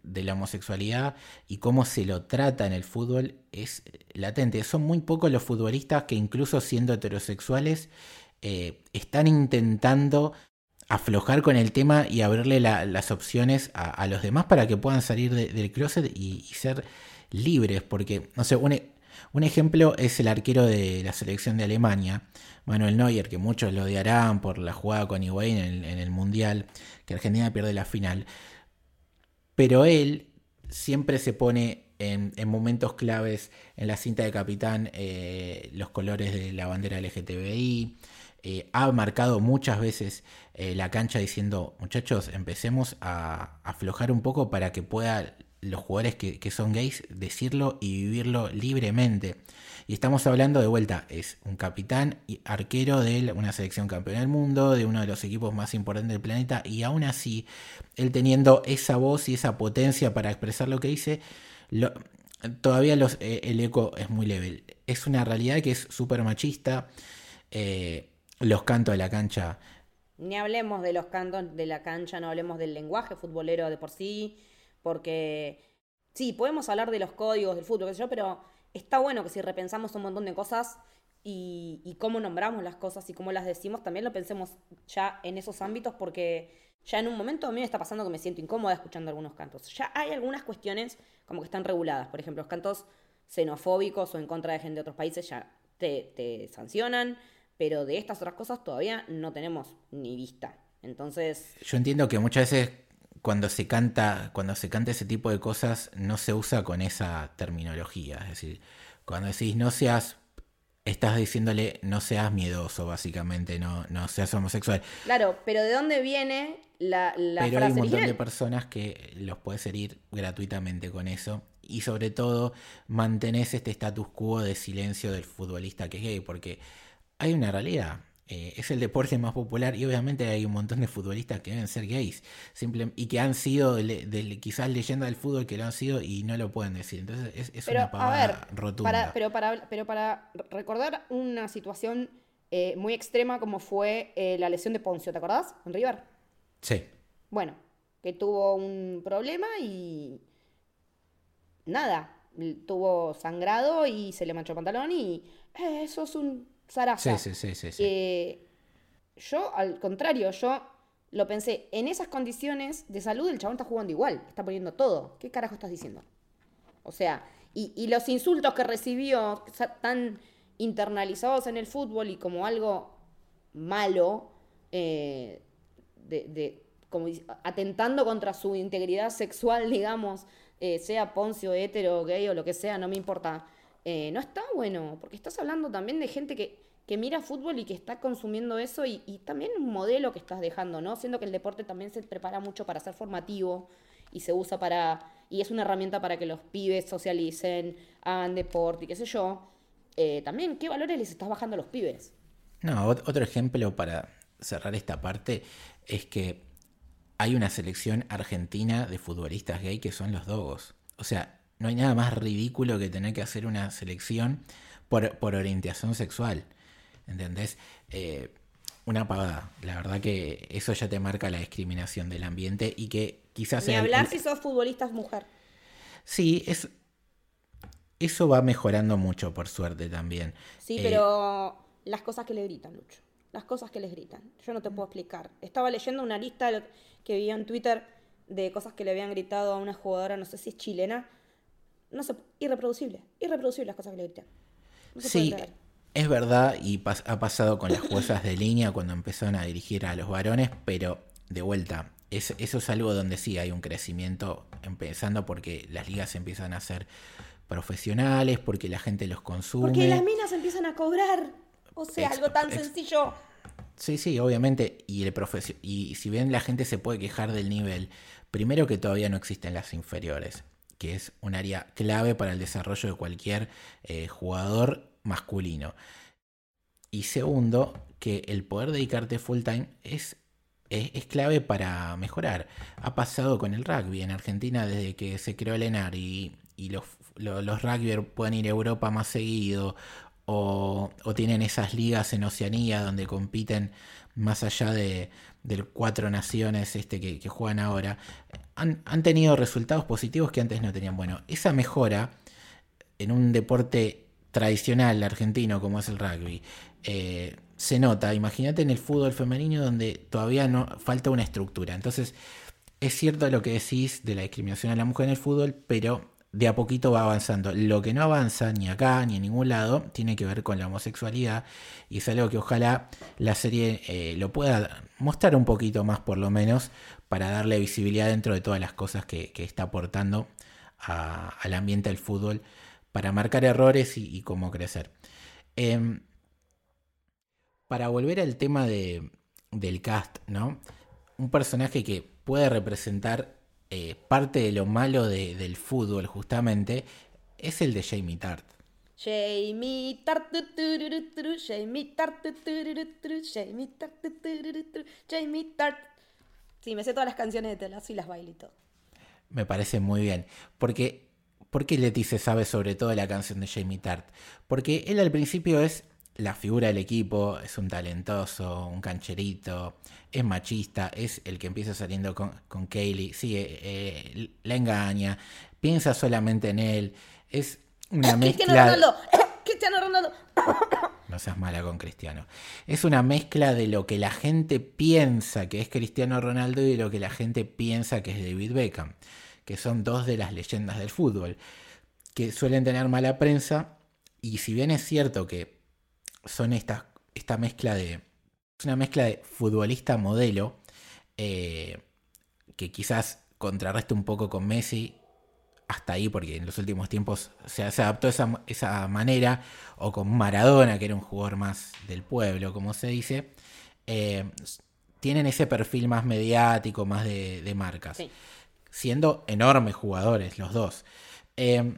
de la homosexualidad y cómo se lo trata en el fútbol es latente. Son muy pocos los futbolistas que incluso siendo heterosexuales eh, están intentando aflojar con el tema y abrirle la, las opciones a, a los demás para que puedan salir de, del closet y, y ser libres. Porque, no sé, un, un ejemplo es el arquero de la selección de Alemania, Manuel Neuer, que muchos lo odiarán por la jugada con Higuaín en el, en el Mundial, que Argentina pierde la final. Pero él siempre se pone en, en momentos claves en la cinta de capitán eh, los colores de la bandera L G T B I. Eh, ha marcado muchas veces eh, la cancha diciendo, muchachos, empecemos a, a aflojar un poco para que puedan los jugadores que, que son gays decirlo y vivirlo libremente. Y estamos hablando de vuelta, es un capitán y arquero de una selección campeona del mundo, de uno de los equipos más importantes del planeta, y aún así, él teniendo esa voz y esa potencia para expresar lo que dice, lo, todavía los, eh, el eco es muy leve. Es una realidad que es súper machista. Eh, los cantos de la cancha. Ni hablemos de los cantos de la cancha, no hablemos del lenguaje futbolero de por sí, porque sí, podemos hablar de los códigos del fútbol, qué sé yo, pero está bueno que si repensamos un montón de cosas y, y cómo nombramos las cosas y cómo las decimos, también lo pensemos ya en esos ámbitos, porque ya en un momento a mí me está pasando que me siento incómoda escuchando algunos cantos. Ya hay algunas cuestiones como que están reguladas, por ejemplo, los cantos xenofóbicos o en contra de gente de otros países ya te, te sancionan, pero de estas otras cosas todavía no tenemos ni vista. Entonces, yo entiendo que muchas veces cuando se canta, cuando se canta ese tipo de cosas, no se usa con esa terminología. Es decir, cuando decís no seas, estás diciéndole no seas miedoso, básicamente, no, no seas homosexual. Claro, pero ¿de dónde viene la, la pero frase hay un montón original? de personas que los puedes herir gratuitamente con eso. Y sobre todo, mantenés este status quo de silencio del futbolista que es gay, porque hay una realidad. Eh, es el deporte más popular y obviamente hay un montón de futbolistas que deben ser gays simple, y que han sido de, de, quizás leyenda del fútbol que lo han sido y no lo pueden decir. Entonces es, es pero, una pavada a ver, rotunda. Para, pero, para, pero para recordar una situación eh, muy extrema como fue eh, la lesión de Poncio, ¿te acordás? En River. Sí. Bueno, que tuvo un problema y nada, tuvo sangrado y se le manchó el pantalón y eh, eso es un zaraza. Sí, sí, sí, sí, sí. Eh, yo, al contrario, yo lo pensé, en esas condiciones de salud el chabón está jugando igual, está poniendo todo. ¿Qué carajo estás diciendo? O sea, y, y los insultos que recibió tan internalizados en el fútbol y como algo malo, eh, de, de, como atentando contra su integridad sexual, digamos, eh, sea Poncio, hetero, gay o lo que sea, no me importa. Eh, no está bueno, porque estás hablando también de gente que, que mira fútbol y que está consumiendo eso y, y también un modelo que estás dejando, ¿no? Siendo que el deporte también se prepara mucho para ser formativo y se usa para, y es una herramienta para que los pibes socialicen, hagan deporte y qué sé yo. Eh, también, ¿qué valores les estás bajando a los pibes? No, otro ejemplo para cerrar esta parte es que hay una selección argentina de futbolistas gay que son los Dogos. O sea, no hay nada más ridículo que tener que hacer una selección por, por orientación sexual. ¿Entendés? Eh, una pavada. La verdad que eso ya te marca la discriminación del ambiente y que quizás... Ni sea hablar el, si sos futbolista mujer. Sí, es, eso va mejorando mucho, por suerte también. Sí, eh, pero las cosas que le gritan, Lucho. Las cosas que les gritan. Yo no te puedo explicar. Estaba leyendo una lista que vi en Twitter de cosas que le habían gritado a una jugadora, no sé si es chilena. No sé, irreproducible. Irreproducible las cosas que le gritan. No se sí, puede creer. es verdad y pas- ha pasado con las juezas de línea cuando empezaron a dirigir a los varones, pero de vuelta, es, eso es algo donde sí hay un crecimiento, empezando porque las ligas empiezan a ser profesionales, porque la gente los consume. Porque las minas empiezan a cobrar. O sea, Ex- algo tan ex- sencillo. Sí, sí, obviamente. Y, el profesio- y si bien la gente se puede quejar del nivel, primero que todavía no existen las inferiores, que es un área clave para el desarrollo de cualquier eh, jugador masculino. Y segundo, que el poder dedicarte full time es, es, es clave para mejorar. Ha pasado con el rugby en Argentina desde que se creó el ENAR y, y los, los, los rugbyers pueden ir a Europa más seguido, o, o tienen esas ligas en Oceanía donde compiten más allá de, de cuatro naciones este que, que juegan ahora, han, han tenido resultados positivos que antes no tenían. Bueno, esa mejora en un deporte tradicional argentino como es el rugby, eh, se nota. Imagínate en el fútbol femenino donde todavía no falta una estructura. Entonces, es cierto lo que decís de la discriminación a la mujer en el fútbol, pero de a poquito va avanzando. Lo que no avanza ni acá ni en ningún lado tiene que ver con la homosexualidad, y es algo que ojalá la serie eh, lo pueda mostrar un poquito más, por lo menos, para darle visibilidad dentro de todas las cosas que, que está aportando a, al ambiente del fútbol, para marcar errores y, y cómo crecer. Eh, para volver al tema de, del cast, ¿no? Un personaje que puede representar eh, parte de lo malo de, del fútbol, justamente, es el de Jamie Tart. Jamie Tart, Jamie Tart, Jamie Tart, Jamie Tart. Sí, me sé todas las canciones de Ted Lasso y las bailo y todo. Me parece muy bien. Porque, ¿por qué Leti se sabe sobre todo la canción de Jamie Tart? Porque él al principio es la figura del equipo, es un talentoso, un cancherito, es machista, es el que empieza saliendo con, con Kaylee, sí, eh, eh, la engaña, piensa solamente en él, es una mezcla... ¡Cristiano Ronaldo! ¡Cristiano Ronaldo! No seas mala con Cristiano. Es una mezcla de lo que la gente piensa que es Cristiano Ronaldo y de lo que la gente piensa que es David Beckham, que son dos de las leyendas del fútbol, que suelen tener mala prensa, y si bien es cierto que son esta, esta mezcla de... Es una mezcla de futbolista modelo, eh, que quizás contrarreste un poco con Messi, hasta ahí, porque en los últimos tiempos se, se adaptó esa, esa manera, o con Maradona, que era un jugador más del pueblo, como se dice. Eh, tienen ese perfil más mediático, más de, de marcas, sí, siendo enormes jugadores los dos. Eh,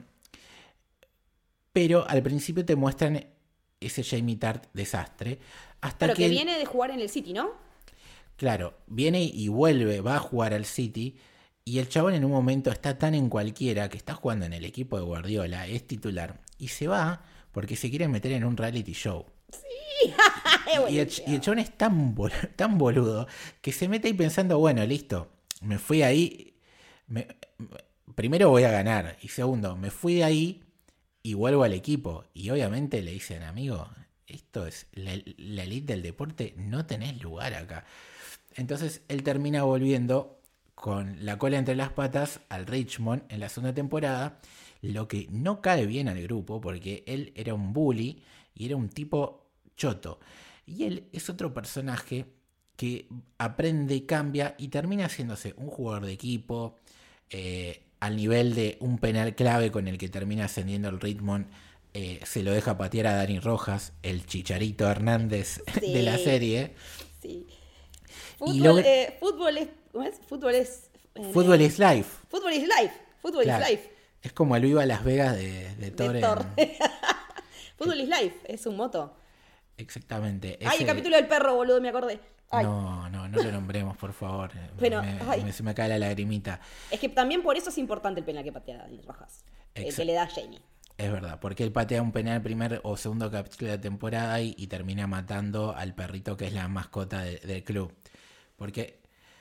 pero al principio te muestran ese Jamie Tart desastre. Hasta Pero que, que él, viene de jugar en el City, ¿no? Claro, viene y vuelve, va a jugar al City, y el chabón en un momento está tan en cualquiera que está jugando en el equipo de Guardiola, es titular, y se va porque se quiere meter en un reality show. Sí, y, y, el, y el chabón es tan, bol, tan boludo que se mete ahí pensando, bueno, listo, me fui ahí, me, primero voy a ganar, y segundo, me fui de ahí y vuelvo al equipo. Y obviamente le dicen, amigo, esto es la, la elite del deporte, no tenés lugar acá. Entonces él termina volviendo con la cola entre las patas al Richmond en la segunda temporada, lo que no cae bien al grupo porque él era un bully y era un tipo choto. Y él es otro personaje que aprende, cambia y termina haciéndose un jugador de equipo, eh, al nivel de un penal clave con el que termina ascendiendo el Richmond. Eh, se lo deja patear a Dani Rojas, el Chicharito Hernández sí, de la serie. Sí. Fútbol, lo... eh, fútbol es... ¿Cómo es? Fútbol es... Eh, fútbol is life. Fútbol is life. Fútbol claro. is life. Es como el Viva Las Vegas de, de Thor. De Thor. En... Fútbol is life, es un moto. Exactamente. Ay, ese... el capítulo del perro, boludo, me acordé. Ay. No, no, no lo nombremos, por favor. Bueno, me, me, se me cae la lagrimita. Es que también por eso es importante el penal que patea Dani Rojas. El que le da a Jamie. Es verdad, porque él patea un penal primer o segundo capítulo de la temporada y, y termina matando al perrito que es la mascota de, del club. Porque...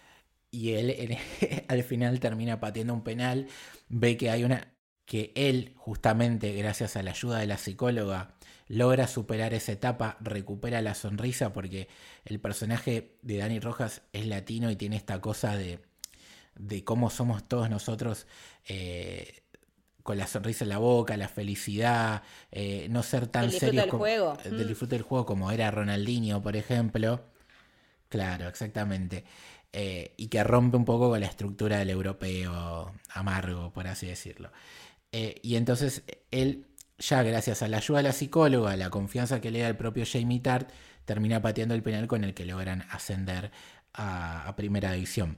Y él, él al final termina pateando un penal, ve que hay una... que él, justamente gracias a la ayuda de la psicóloga, logra superar esa etapa, recupera la sonrisa, porque el personaje de Dani Rojas es latino y tiene esta cosa de, de cómo somos todos nosotros, eh, con la sonrisa en la boca, la felicidad, eh, no ser tan serios como, juego. del mm. disfrute del juego como era Ronaldinho, por ejemplo. Claro, exactamente. Eh, y que rompe un poco con la estructura del europeo amargo, por así decirlo. Eh, y entonces él, ya gracias a la ayuda de la psicóloga, a la confianza que le da el propio Jamie Tart, termina pateando el penal con el que logran ascender a, a primera división.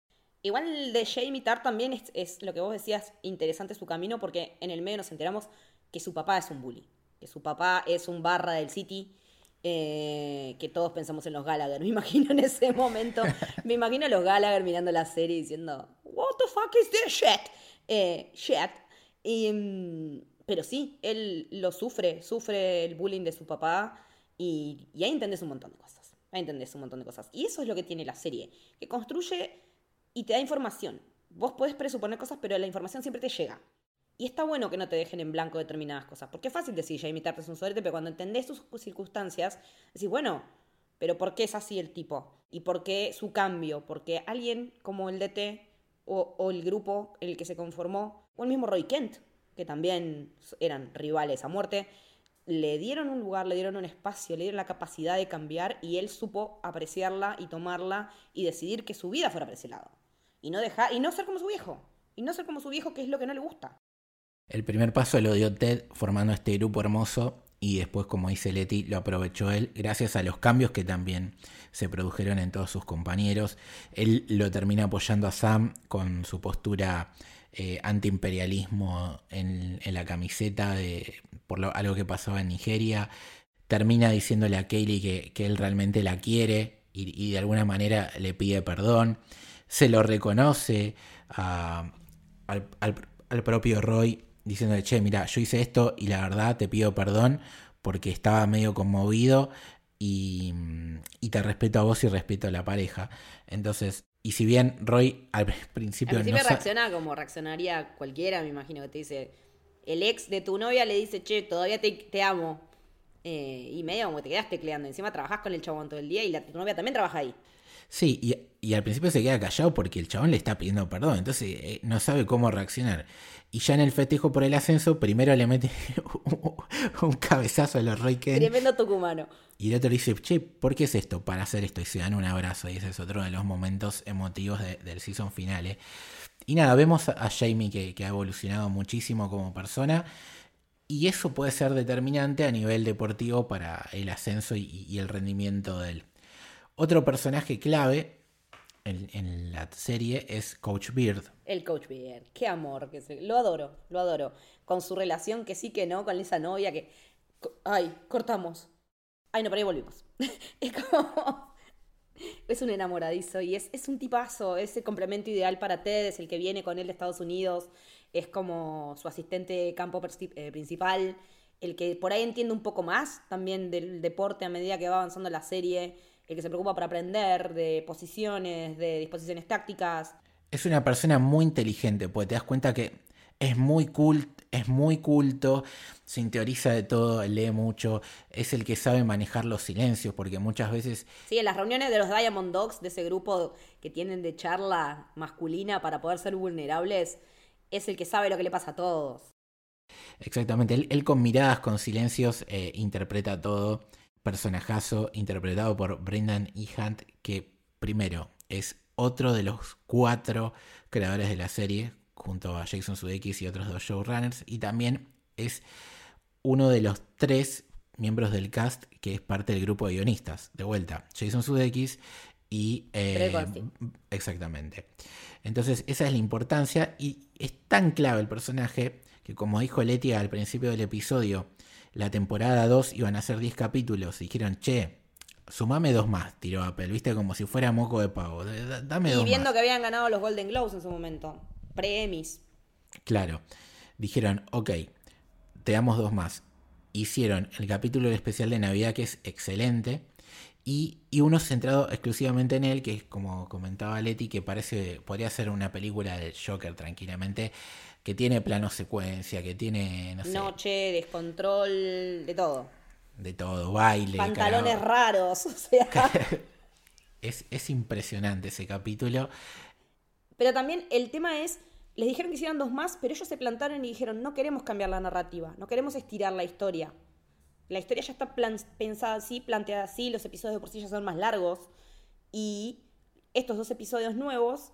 Igual de Jamie Tart también es, es lo que vos decías, interesante su camino, porque en el medio nos enteramos que su papá es un bully, que su papá es un barra del City, eh, que todos pensamos en los Gallagher, me imagino en ese momento, me imagino a los Gallagher mirando la serie diciendo, what the fuck is this shit? Eh, shit. Y, Pero sí, él lo sufre, sufre el bullying de su papá y, y ahí entendés un montón de cosas. Ahí entendés un montón de cosas. Y eso es lo que tiene la serie, que construye y te da información. Vos podés presuponer cosas, pero la información siempre te llega. Y está bueno que no te dejen en blanco determinadas cosas, porque es fácil decir, Jamie Tartt es un sorete, pero cuando entendés sus circunstancias, decís, bueno, pero ¿por qué es así el tipo? ¿Y por qué su cambio? Porque alguien como el D T o, o el grupo en el que se conformó, o el mismo Roy Kent, que también eran rivales a muerte, le dieron un lugar, le dieron un espacio, le dieron la capacidad de cambiar y él supo apreciarla y tomarla y decidir que su vida fuera por ese lado. Y no dejar, y no ser como su viejo. Y no ser como su viejo, que es lo que no le gusta. El primer paso lo dio Ted formando este grupo hermoso y después, como dice Leti, lo aprovechó él gracias a los cambios que también se produjeron en todos sus compañeros. Él lo termina apoyando a Sam con su postura eh, antiimperialismo en, en la camiseta de, por lo, algo que pasaba en Nigeria. Termina diciéndole a Kaylee que, que él realmente la quiere y, y de alguna manera le pide perdón. Se lo reconoce a, al, al, al propio Roy, diciéndole, che, mira, yo hice esto y la verdad te pido perdón porque estaba medio conmovido y, y te respeto a vos y respeto a la pareja. Entonces, y si bien Roy al principio... Al principio no reacciona como reaccionaría cualquiera, me imagino, que te dice, el ex de tu novia le dice, che, todavía te, te amo. Eh, y medio como te quedas tecleando. Encima trabajás con el chabón todo el día y la, tu novia también trabaja ahí. Sí, y, y al principio se queda callado porque el chabón le está pidiendo perdón, entonces eh, no sabe cómo reaccionar. Y ya en el festejo por el ascenso, primero le mete un cabezazo a los Roy Kent. Tremendo tucumano. Y el otro le dice, che, ¿por qué es esto? Para hacer esto. Y se dan un abrazo. Y ese es otro de los momentos emotivos de, del season finale. Y nada, vemos a, a Jamie que, que ha evolucionado muchísimo como persona. Y eso puede ser determinante a nivel deportivo para el ascenso y, y el rendimiento de él. Otro personaje clave en, en la serie es Coach Beard. El Coach Beard, qué amor, que se... lo adoro, lo adoro. Con su relación que sí que no, con esa novia que... Ay, cortamos. Ay, no, pero ahí volvimos. Es como... Es un enamoradizo y es, es un tipazo, es el complemento ideal para Ted, es el que viene con él de Estados Unidos, es como su asistente de campo eh, principal, el que por ahí entiende un poco más también del deporte a medida que va avanzando la serie, el que se preocupa por aprender de posiciones, de disposiciones tácticas. Es una persona muy inteligente, porque te das cuenta que es muy culto, es muy culto, se interioriza de todo, lee mucho, es el que sabe manejar los silencios, porque muchas veces... Sí, en las reuniones de los Diamond Dogs, de ese grupo que tienen de charla masculina para poder ser vulnerables, es el que sabe lo que le pasa a todos. Exactamente, él, él con miradas, con silencios, eh, interpreta todo. Personajazo interpretado por Brendan E. Hunt, que primero es otro de los cuatro creadores de la serie, junto a Jason Sudeikis y otros dos showrunners, y también es uno de los tres miembros del cast que es parte del grupo de guionistas. De vuelta, Jason Sudeikis y... Eh, exactamente. Entonces esa es la importancia y es tan clave el personaje que, como dijo Leti al principio del episodio, la temporada dos iban a ser diez capítulos y dijeron, che, sumame dos más, tiró Apple, viste, como si fuera moco de pavo, dame y dos más. Y viendo que habían ganado los Golden Globes en su momento, pre-Emmys. Claro, dijeron, ok, te damos dos más. Hicieron el capítulo especial de Navidad, que es excelente, y, y uno centrado exclusivamente en él, que es, como comentaba Leti, que parece, podría ser una película del Joker tranquilamente, que tiene plano secuencia, que tiene, no sé... Noche, descontrol, de todo. De todo, baile... Pantalones carajo. raros, o sea... es, es impresionante ese capítulo. Pero también el tema es, les dijeron que hicieran dos más, pero ellos se plantaron y dijeron, no queremos cambiar la narrativa, no queremos estirar la historia. La historia ya está plan- pensada así, planteada así, los episodios de por sí ya son más largos, y estos dos episodios nuevos...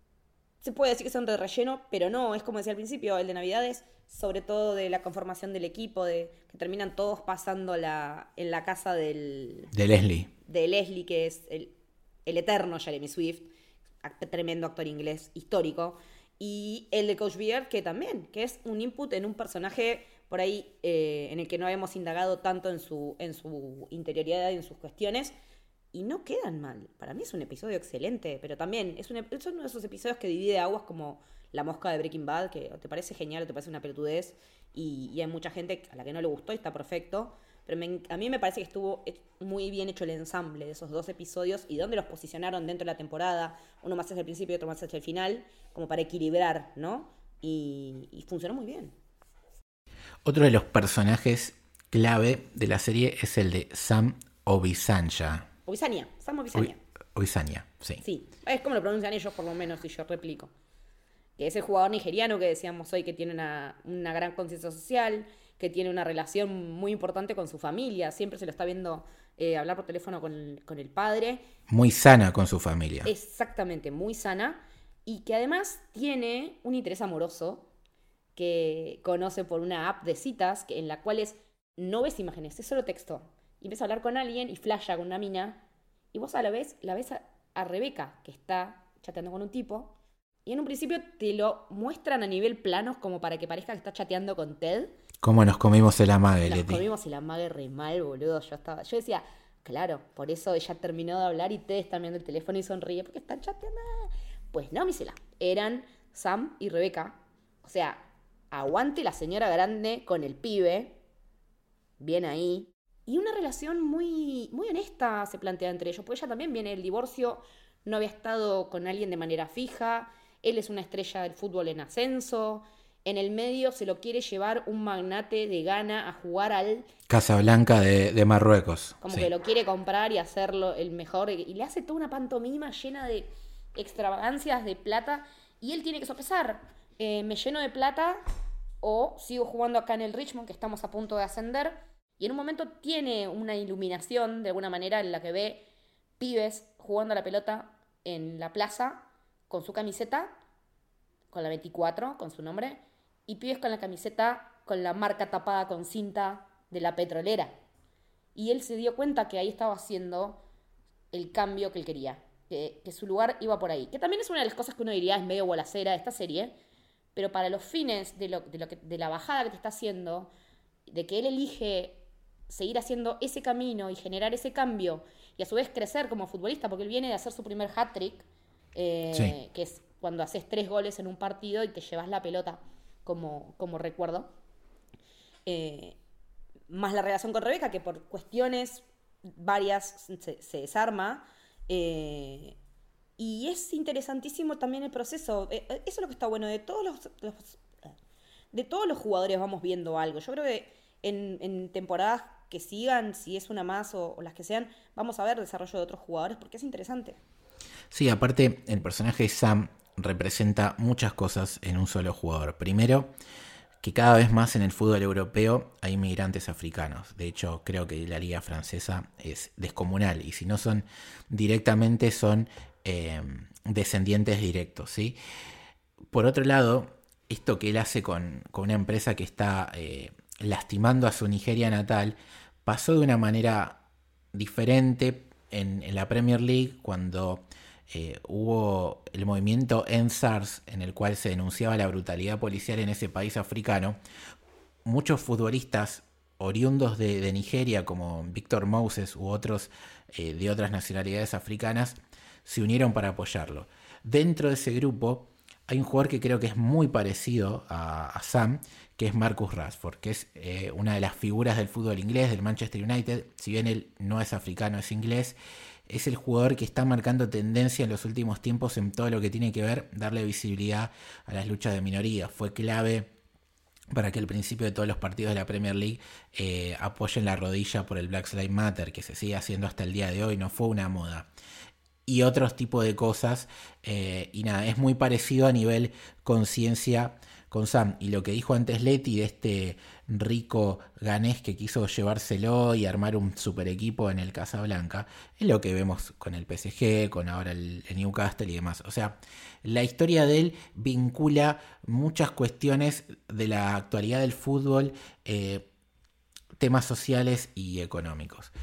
Se puede decir que son de relleno, pero no, es como decía al principio, el de Navidades, sobre todo de la conformación del equipo, de que terminan todos pasando la, en la casa del... De Leslie. De Leslie, que es el, el eterno Jeremy Swift, tremendo actor inglés histórico, y el de Coach Beard, que también, que es un input en un personaje por ahí eh, en el que no habíamos indagado tanto en su, en su interioridad y en sus cuestiones, y no quedan mal. Para mí es un episodio excelente, pero también es, un, es uno de esos episodios que divide aguas como La Mosca de Breaking Bad, que te parece genial o te parece una pelotudez, y, y hay mucha gente a la que no le gustó y está perfecto. Pero me, a mí me parece que estuvo muy bien hecho el ensamble de esos dos episodios y dónde los posicionaron dentro de la temporada, uno más hacia el principio y otro más hacia el final, como para equilibrar, ¿no? Y, y funcionó muy bien. Otro de los personajes clave de la serie es el de Sam Obisanya. Obisanya, Sam Obisanya. Obisanya, sí. Sí, es como lo pronuncian ellos por lo menos, si yo replico. Que es el jugador nigeriano que decíamos hoy que tiene una, una gran conciencia social, que tiene una relación muy importante con su familia, siempre se lo está viendo eh, hablar por teléfono con el, con el padre. Muy sana con su familia. Exactamente, muy sana. Y que además tiene un interés amoroso que conoce por una app de citas que, en la cual es, no ves imágenes, es solo texto. Y empieza a hablar con alguien y flasha con una mina. Y vos a la vez la ves a, a Rebeca, que está chateando con un tipo. Y en un principio te lo muestran a nivel planos como para que parezca que está chateando con Ted. ¿Cómo nos comimos el amague, Nos Leti? comimos el amague re mal, boludo. Yo estaba, yo decía, claro, por eso ella terminó de hablar y Ted está mirando el teléfono y sonríe porque están chateando. Pues no, mísela. Eran Sam y Rebeca. O sea, aguante la señora grande con el pibe. Bien ahí. Y una relación muy, muy honesta se plantea entre ellos. Porque ella también viene del divorcio, no había estado con alguien de manera fija. Él es una estrella del fútbol en ascenso. En el medio se lo quiere llevar un magnate de Ghana a jugar al... Casablanca de, de Marruecos. Como sí. que lo quiere comprar y hacerlo el mejor. Y le hace toda una pantomima llena de extravagancias de plata. Y él tiene que sopesar. Eh, ¿Me lleno de plata o sigo jugando acá en el Richmond, que estamos a punto de ascender? Y en un momento tiene una iluminación, de alguna manera, en la que ve pibes jugando a la pelota en la plaza con su camiseta, con la veinticuatro, con su nombre, y pibes con la camiseta con la marca tapada con cinta de la petrolera. Y él se dio cuenta que ahí estaba haciendo el cambio que él quería, que, que su lugar iba por ahí. Que también es una de las cosas que uno diría es medio bolacera de esta serie, pero para los fines de, lo, de, lo que, de la bajada que te está haciendo, de que él elige seguir haciendo ese camino y generar ese cambio, y a su vez crecer como futbolista, porque él viene de hacer su primer hat-trick, eh, sí. que es cuando haces tres goles en un partido y te llevas la pelota como, como recuerdo. Eh, más la relación con Rebeca, que por cuestiones varias se, se desarma. Eh, y es interesantísimo también el proceso. Eh, eso es lo que está bueno. De todos los, los, de todos los jugadores vamos viendo algo. Yo creo que en, en temporadas que sigan, si es una más o, o las que sean, vamos a ver desarrollo de otros jugadores porque es interesante. Sí, aparte el personaje de Sam representa muchas cosas en un solo jugador. Primero, que cada vez más en el fútbol europeo hay inmigrantes africanos. De hecho, creo que la liga francesa es descomunal. Y si no son directamente, son eh, descendientes directos, ¿sí? Por otro lado, esto que él hace con, con una empresa que está eh, lastimando a su Nigeria natal, pasó de una manera diferente en, en la Premier League cuando... Eh, hubo el movimiento End SARS, en el cual se denunciaba la brutalidad policial en ese país africano. Muchos futbolistas oriundos de, de Nigeria, como Victor Moses u otros eh, de otras nacionalidades africanas, se unieron para apoyarlo. Dentro de ese grupo hay un jugador que creo que es muy parecido a, a Sam, que es Marcus Rashford, que es eh, una de las figuras del fútbol inglés, del Manchester United. Si bien él no es africano, es inglés, es el jugador que está marcando tendencia en los últimos tiempos en todo lo que tiene que ver darle visibilidad a las luchas de minorías. Fue clave para que al principio de todos los partidos de la Premier League eh, apoyen la rodilla por el Black Lives Matter, que se sigue haciendo hasta el día de hoy, no fue una moda. Y otros tipos de cosas. Eh, y nada, es muy parecido a nivel conciencia con Sam. Y lo que dijo antes Leti de este rico ganés que quiso llevárselo y armar un super equipo en el Casablanca, es lo que vemos con el P S G, con ahora el, el Newcastle y demás. O sea, la historia de él vincula muchas cuestiones de la actualidad del fútbol, eh, temas sociales y económicos.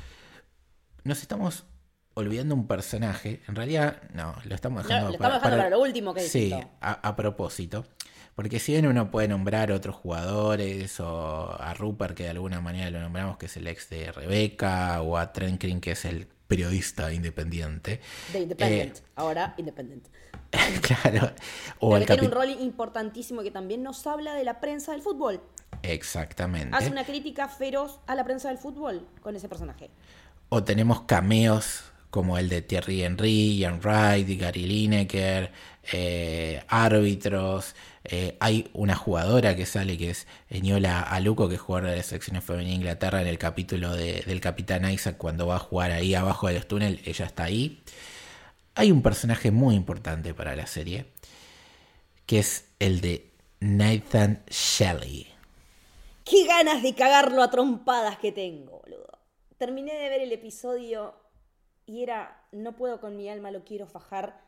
Nos estamos olvidando un personaje, en realidad no, lo estamos dejando, no, lo para, estamos dejando para, para lo último que sí, dijiste. a, a propósito. Porque si bien uno puede nombrar otros jugadores, o a Rupert, que de alguna manera lo nombramos, que es el ex de Rebecca, o a Trent Green, que es el periodista independiente. De Independent, eh, ahora Independent. Claro. O Pero el que tiene capi- un rol importantísimo que también nos habla de la prensa del fútbol. Exactamente. Hace una crítica feroz a la prensa del fútbol con ese personaje. O tenemos cameos como el de Thierry Henry, Ian Wright, Gary Lineker, eh, árbitros. Eh, hay una jugadora que sale que es Eniola Aluko, que es jugadora de la selección femenina de Inglaterra, en el capítulo de, del Capitán Isaac, cuando va a jugar ahí abajo de los túneles, ella está ahí. Hay un personaje muy importante para la serie, que es el de Nathan Shelley. ¡Qué ganas de cagarlo a trompadas que tengo, boludo! Terminé de ver el episodio y era, no puedo con mi alma, lo quiero fajar.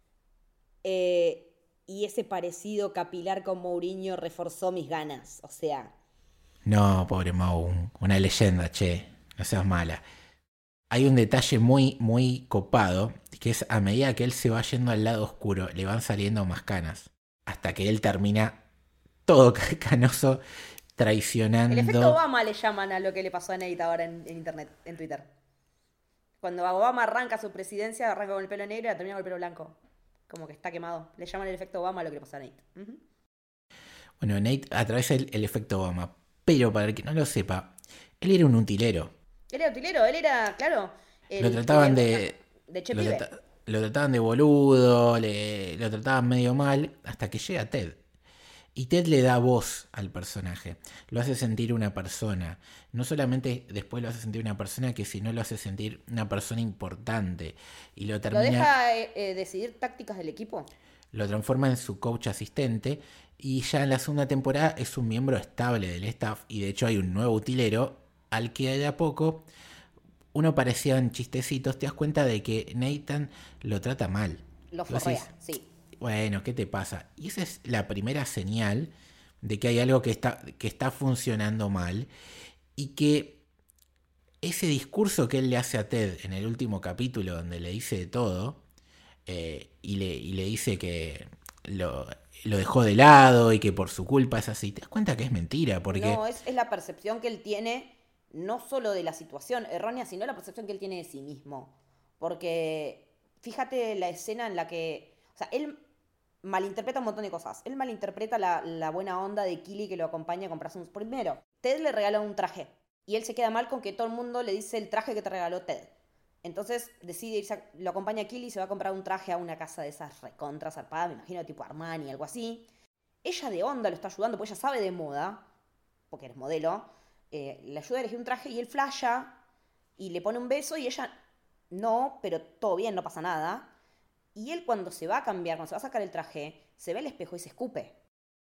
Eh, y ese parecido capilar con Mourinho reforzó mis ganas, o sea... No, pobre Mou, una leyenda, che, no seas mala. Hay un detalle muy, muy copado, que es a medida que él se va yendo al lado oscuro, le van saliendo más canas, hasta que él termina todo canoso, traicionando... El efecto Obama le llaman a lo que le pasó a Nate ahora en, en internet, en Twitter. Cuando Obama arranca su presidencia, arranca con el pelo negro y termina con el pelo blanco. Como que está quemado. Le llaman el efecto Obama a lo que le pasó a Nate. Uh-huh. Bueno, Nate atraviesa el, el efecto Obama, pero para el que no lo sepa, él era un utilero. Él era utilero, él era, claro... El, lo trataban el, de... de Che lo, Pibe. trata, lo trataban de boludo, le, lo trataban medio mal, hasta que llega Ted. Y Ted le da voz al personaje, lo hace sentir una persona. No solamente después lo hace sentir una persona, que sino lo hace sentir una persona importante. Y lo termina... ¿Lo deja eh, decidir tácticas del equipo? Lo transforma en su coach asistente. Y ya en la segunda temporada es un miembro estable del staff. Y de hecho hay un nuevo utilero al que de a poco uno parecía en chistecitos. Te das cuenta de que Nathan lo trata mal. Lo forrea, sí. Bueno, ¿qué te pasa? Y esa es la primera señal de que hay algo que está, que está funcionando mal, y que ese discurso que él le hace a Ted en el último capítulo, donde le dice de todo, eh, y, le, y le dice que lo, lo dejó de lado y que por su culpa es así, te das cuenta que es mentira, porque... No, es, es la percepción que él tiene, no solo de la situación errónea, sino la percepción que él tiene de sí mismo. Porque fíjate la escena en la que... O sea, él malinterpreta un montón de cosas. Él malinterpreta la, la buena onda de Killy que lo acompaña a comprarse un... Primero, Ted le regala un traje. Y él se queda mal con que todo el mundo le dice el traje que te regaló Ted. Entonces decide irse, a, lo acompaña a Killy y se va a comprar un traje a una casa de esas recontra zarpadas, me imagino tipo Armani, algo así. Ella de onda lo está ayudando, porque ella sabe de moda, porque eres modelo. Eh, le ayuda a elegir un traje y él flasha y le pone un beso y ella no, pero todo bien, no pasa nada. Y él cuando se va a cambiar, cuando se va a sacar el traje, se ve al espejo y se escupe.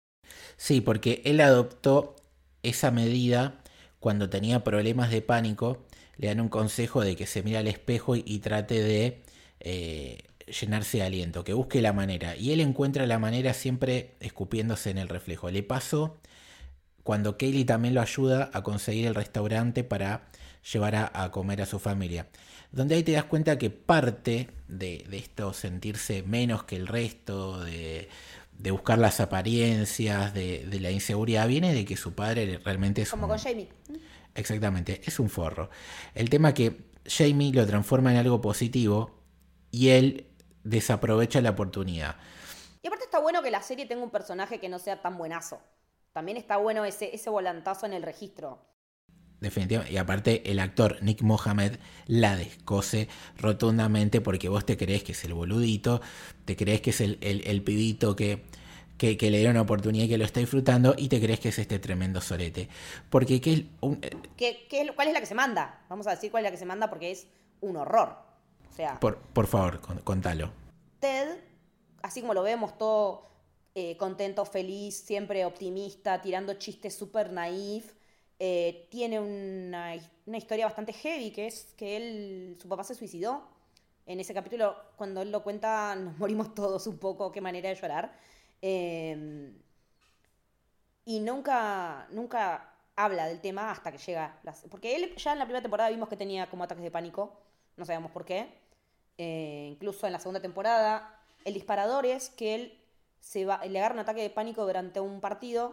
Sí, porque él adoptó esa medida cuando tenía problemas de pánico. Le dan un consejo de que se mire al espejo y, y trate de eh, llenarse de aliento, que busque la manera. Y él encuentra la manera siempre escupiéndose en el reflejo. Le pasó cuando Kaylee también lo ayuda a conseguir el restaurante para llevar a, a comer a su familia. Donde ahí te das cuenta que parte de, de esto, sentirse menos que el resto, de, de buscar las apariencias, de, de la inseguridad, viene de que su padre realmente es Como un... con Jamie. Exactamente, es un forro. El tema que Jamie lo transforma en algo positivo y él desaprovecha la oportunidad. Y aparte está bueno que la serie tenga un personaje que no sea tan buenazo. También está bueno ese, ese volantazo en el registro. Definitivamente. Y aparte el actor Nick Mohammed la descose rotundamente, porque vos te crees que es el boludito, te crees que es el, el, el pibito que, que, que le dio una oportunidad y que lo está disfrutando, y te crees que es este tremendo sorete. Porque ¿qué es un, ¿Qué, qué es, ¿Cuál es la que se manda? Vamos a decir cuál es la que se manda porque es un horror. O sea, por, por favor, contalo. Ted, así como lo vemos, todo eh, contento, feliz, siempre optimista, tirando chistes súper naif. Eh, tiene una, una historia bastante heavy, que es que él, su papá se suicidó. En ese capítulo, cuando él lo cuenta, nos morimos todos un poco, qué manera de llorar. Eh, y nunca, nunca habla del tema hasta que llega... Las, porque él ya en la primera temporada vimos que tenía como ataques de pánico, no sabemos por qué. Eh, incluso en la segunda temporada, el disparador es que él se va, le agarra un ataque de pánico durante un partido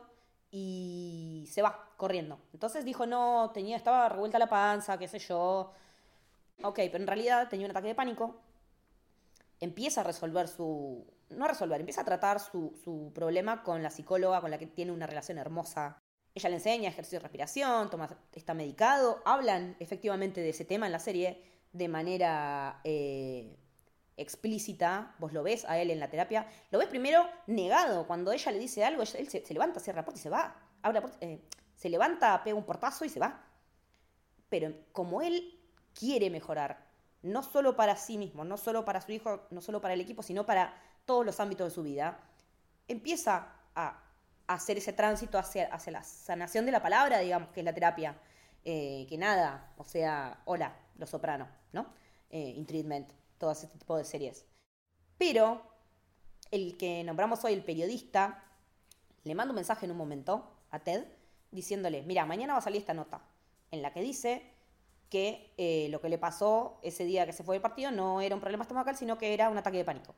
y se va corriendo. Entonces dijo, no, tenía, estaba revuelta la panza, qué sé yo. Ok, pero en realidad tenía un ataque de pánico. Empieza a resolver su... No a resolver, empieza a tratar su, su problema con la psicóloga con la que tiene una relación hermosa. Ella le enseña ejercicio de respiración, toma, está medicado. Hablan efectivamente de ese tema en la serie de manera eh, explícita. Vos lo ves a él en la terapia. Lo ves primero negado. Cuando ella le dice algo, él se, se levanta, cierra la puerta y se va. Abre la puerta, eh, se levanta, pega un portazo y se va. Pero como él quiere mejorar, no solo para sí mismo, no solo para su hijo, no solo para el equipo, sino para todos los ámbitos de su vida, empieza a hacer ese tránsito hacia, hacia la sanación de la palabra, digamos, que es la terapia. Eh, que nada, o sea, hola, Los Soprano, ¿no? Eh, In Treatment, todo ese tipo de series. Pero el que nombramos hoy, el periodista, le manda un mensaje en un momento a Ted diciéndole, mira, mañana va a salir esta nota en la que dice que eh, lo que le pasó ese día que se fue del partido no era un problema estomacal, sino que era un ataque de pánico.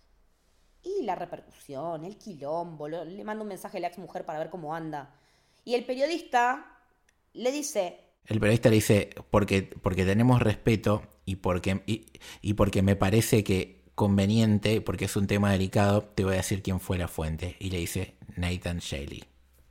Y la repercusión, el quilombo, lo, le manda un mensaje a la ex mujer para ver cómo anda. Y el periodista le dice... El periodista le dice, porque, porque tenemos respeto y porque, y, y porque me parece que conveniente, porque es un tema delicado, te voy a decir quién fue la fuente. Y le dice Nathan Shelley.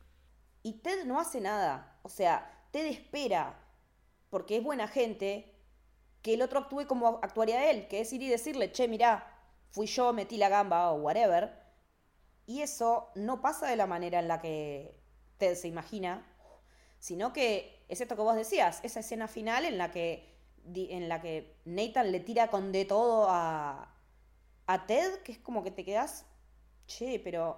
Y Ted no hace nada. O sea, Ted espera, porque es buena gente, que el otro actúe como actuaría él, que es ir y decirle, che, mirá, fui yo, metí la gamba o whatever. Y eso no pasa de la manera en la que Ted se imagina, sino que es esto que vos decías, esa escena final en la que, en la que Nathan le tira con de todo a, a Ted, que es como que te quedás, che, pero...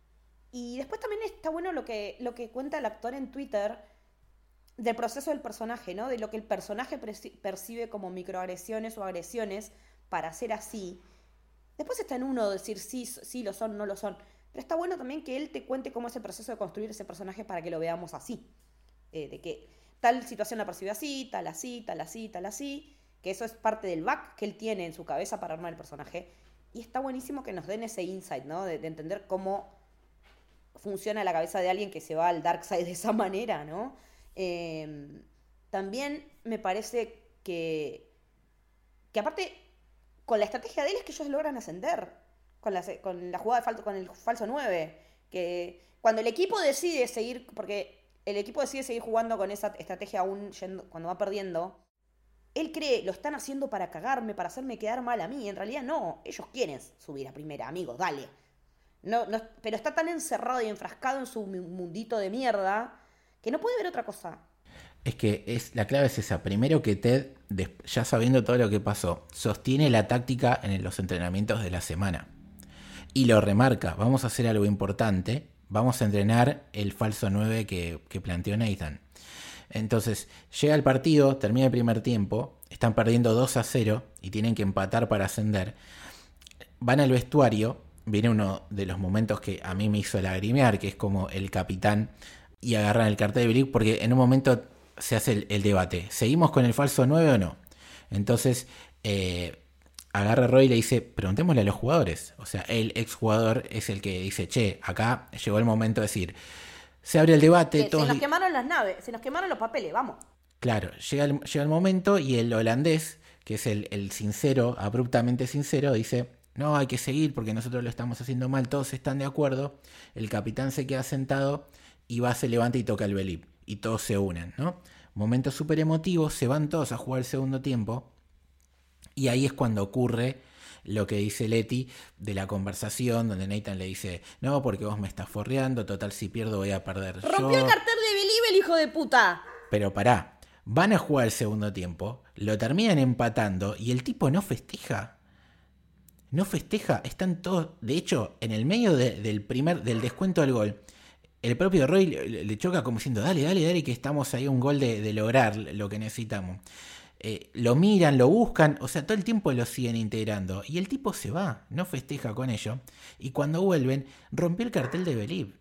Y después también está bueno lo que, lo que cuenta el actor en Twitter del proceso del personaje, ¿no? De lo que el personaje percibe como microagresiones o agresiones para ser así. Después está en uno decir sí, sí lo son, no lo son. Pero está bueno también que él te cuente cómo es el proceso de construir ese personaje para que lo veamos así. Eh, de que tal situación la percibe así, tal así, tal así, tal así. Que eso es parte del back que él tiene en su cabeza para armar el personaje. Y está buenísimo que nos den ese insight, ¿no? De, de entender cómo funciona la cabeza de alguien que se va al dark side de esa manera, ¿no? Eh, también me parece que, que aparte, con la estrategia de él es que ellos logran ascender, con la, con la jugada de falso, con el falso nueve, que cuando el equipo decide seguir, porque el equipo decide seguir jugando con esa estrategia aún yendo, cuando va perdiendo, él cree, lo están haciendo para cagarme, para hacerme quedar mal a mí, en realidad no, ellos quieren subir a primera, amigos, dale. No, no, pero está tan encerrado y enfrascado en su mundito de mierda que no puede ver otra cosa. Es que es, la clave es esa. Primero que Ted, ya sabiendo todo lo que pasó, sostiene la táctica en los entrenamientos de la semana. Y lo remarca, vamos a hacer algo importante, vamos a entrenar el falso nueve que, que planteó Nathan. Entonces, llega el partido, termina el primer tiempo, están perdiendo dos a cero y tienen que empatar para ascender. Van al vestuario. Viene uno de los momentos que a mí me hizo lagrimear, que es como el capitán y agarran el cartel de Brick, porque en un momento se hace el, el debate, ¿seguimos con el falso nueve o no? Entonces eh, agarra a Roy y le dice, preguntémosle a los jugadores. O sea, el exjugador es el que dice, che, acá llegó el momento de decir, se abre el debate. Se, todos se nos di- quemaron las naves, se nos quemaron los papeles, vamos. Claro, llega el, llega el momento y el holandés, que es el, el sincero, abruptamente sincero, dice... No, hay que seguir porque nosotros lo estamos haciendo mal, todos están de acuerdo. El capitán se queda sentado y va, se levanta y toca el belip. Y todos se unen, ¿no? Momento súper emotivo, se van todos a jugar el segundo tiempo. Y ahí es cuando ocurre lo que dice Letty de la conversación, donde Nathan le dice, no, porque vos me estás forreando, total si pierdo voy a perder yo. Rompió el cartel de Belib el hijo de puta. Pero pará, van a jugar el segundo tiempo, lo terminan empatando y el tipo no festeja. No festeja, están todos... De hecho, en el medio de, del primer del descuento del gol, el propio Roy le, le choca como diciendo, dale, dale, dale, que estamos ahí a un gol de, de lograr lo que necesitamos. Eh, lo miran, lo buscan, o sea, todo el tiempo lo siguen integrando. Y el tipo se va, no festeja con ello. Y cuando vuelven, rompió el cartel de Belib.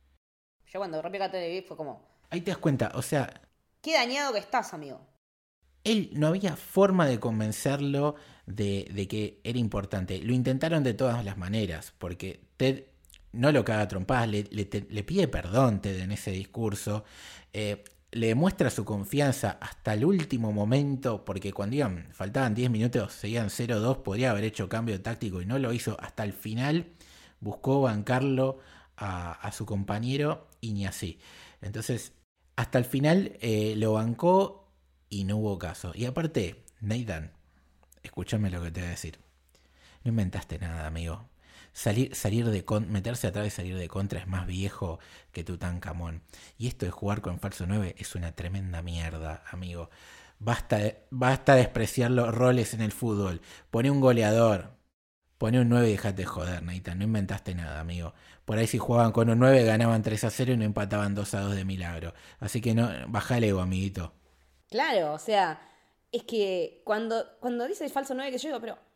Yo cuando rompí el cartel de Belib fue como... Ahí te das cuenta, o sea... Qué dañado que estás, amigo. Él no había forma de convencerlo de, de que era importante. Lo intentaron de todas las maneras, porque Ted no lo caga a trompadas, le, le, te, le pide perdón Ted en ese discurso, eh, le demuestra su confianza hasta el último momento, porque cuando iban, faltaban diez minutos, seguían cero dos, podría haber hecho cambio táctico y no lo hizo. Hasta el final buscó bancarlo a, a su compañero y ni así. Entonces, hasta el final eh, lo bancó y no hubo caso. Y aparte, Nathan, escúchame lo que te voy a decir. No inventaste nada, amigo. Salir, salir de con, meterse atrás y salir de contra es más viejo que Tutankamón. Y esto de jugar con falso nueve es una tremenda mierda, amigo. Basta, basta despreciar los roles en el fútbol. Pone un goleador. Pone un nueve y dejate de joder, Nathan. No inventaste nada, amigo. Por ahí si jugaban con un nueve ganaban tres a cero y no empataban dos a dos de milagro. Así que no, baja el ego, amiguito. Claro, o sea, es que cuando, cuando dice el falso nueve que yo digo, pero...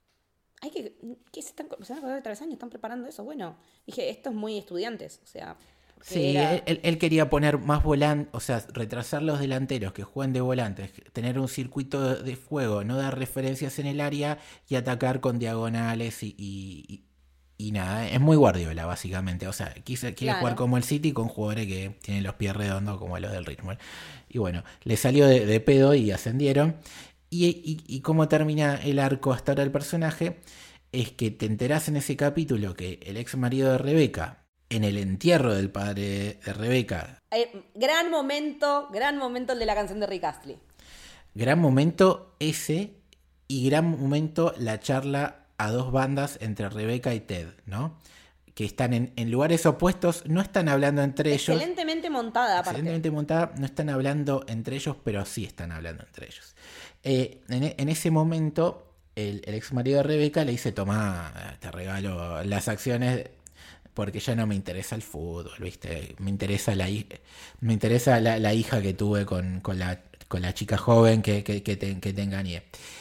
Hay que, ¿qué se están, se van a acordar de Travesaño? ¿Están preparando eso? Bueno, dije, esto es muy estudiantes, o sea... Sí, era... él, él quería poner más volantes, o sea, retrasar los delanteros que jueguen de volantes, tener un circuito de fuego, no dar referencias en el área y atacar con diagonales y, y, y, y nada, es muy Guardiola básicamente, o sea, quiere, quiere Claro. jugar como el City con jugadores que tienen los pies redondos como los del Richmond. Y bueno, le salió de, de pedo y ascendieron. Y, y, y cómo termina el arco hasta ahora del personaje es que te enterás en ese capítulo que el ex marido de Rebeca, en el entierro del padre de Rebeca, Eh, gran momento, gran momento el de la canción de Rick Astley. gran momento ese y gran momento la charla a dos bandas entre Rebeca y Ted, ¿no? Que están en, en lugares opuestos, no están hablando entre ellos. Excelentemente montada, aparte. Excelentemente montada, no están hablando entre ellos, pero sí están hablando entre ellos. Eh, en, en ese momento, el, el ex marido de Rebeca le dice, toma, te regalo las acciones porque ya no me interesa el fútbol, ¿viste? Me interesa la, me interesa la, la hija que tuve con, con, la, con la chica joven que, que, que, te, que te engañé.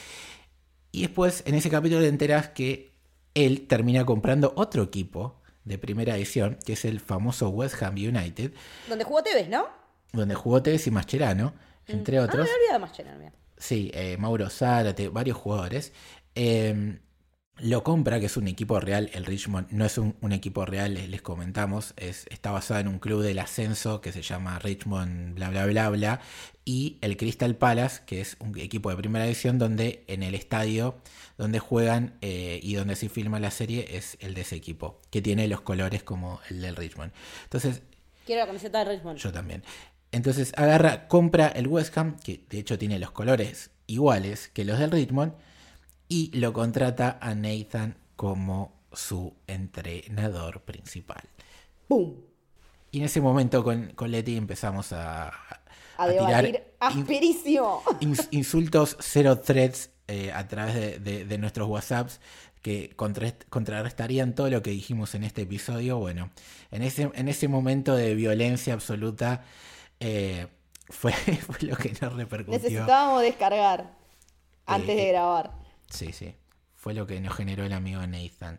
Y después, en ese capítulo te enteras que él termina comprando otro equipo de primera edición, que es el famoso West Ham United. Donde jugó Tevez, ¿no? Donde jugó Tevez y Mascherano, entre mm. otros. Ah, me olvidé de Mascherano, mira. Sí, eh, Mauro Zárate, varios jugadores. Eh, lo compra, que es un equipo real. El Richmond no es un, un equipo real, les, les comentamos. Es, está basado en un club del ascenso que se llama Richmond, bla, bla, bla, bla. Y el Crystal Palace, que es un equipo de primera división, donde en el estadio donde juegan eh, y donde se filma la serie es el de ese equipo, que tiene los colores como el del Richmond. Entonces, quiero la camiseta de Richmond. Yo también. Entonces agarra, compra el West Ham, que de hecho tiene los colores iguales que los del Richmond, y lo contrata a Nathan como su entrenador principal. ¡Pum! Y en ese momento con, con Leti empezamos a, A, a debatir tirar asperísimo. ins- insultos, cero threads eh, a través de, de, de nuestros WhatsApps que contra, contrarrestarían todo lo que dijimos en este episodio. Bueno, en ese, en ese momento de violencia absoluta eh, fue, fue lo que nos repercutió. Necesitábamos descargar antes Eh, de grabar. Sí, sí. Fue lo que nos generó el amigo Nathan.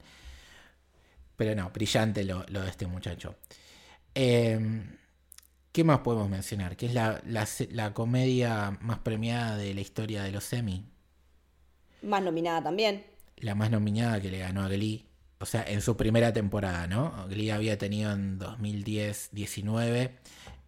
Pero no, brillante lo, lo de este muchacho. Eh, ¿Qué más podemos mencionar? Que es la, la, la comedia más premiada de la historia de los Emmy. Más nominada también. La más nominada, que le ganó a Glee. O sea, en su primera temporada, ¿no? Glee había tenido en dos mil diez diecinueve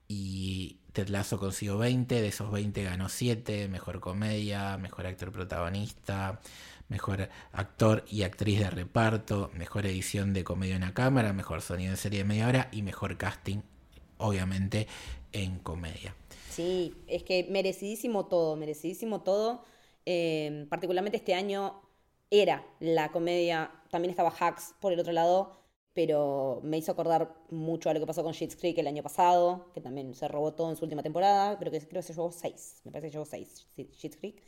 y Ted Lasso consiguió veinte. De esos veinte ganó siete. Mejor comedia, mejor actor protagonista, mejor actor y actriz de reparto, mejor edición de comedia en la cámara, mejor sonido en serie de media hora y mejor casting, obviamente, en comedia. Sí, es que merecidísimo todo, merecidísimo todo. Eh, particularmente este año era la comedia, también estaba Hacks por el otro lado, pero me hizo acordar mucho a lo que pasó con Schitt's Creek el año pasado, que también se robó todo en su última temporada, creo que, creo que se llevó seis, me parece que se llevó seis, Schitt's Creek.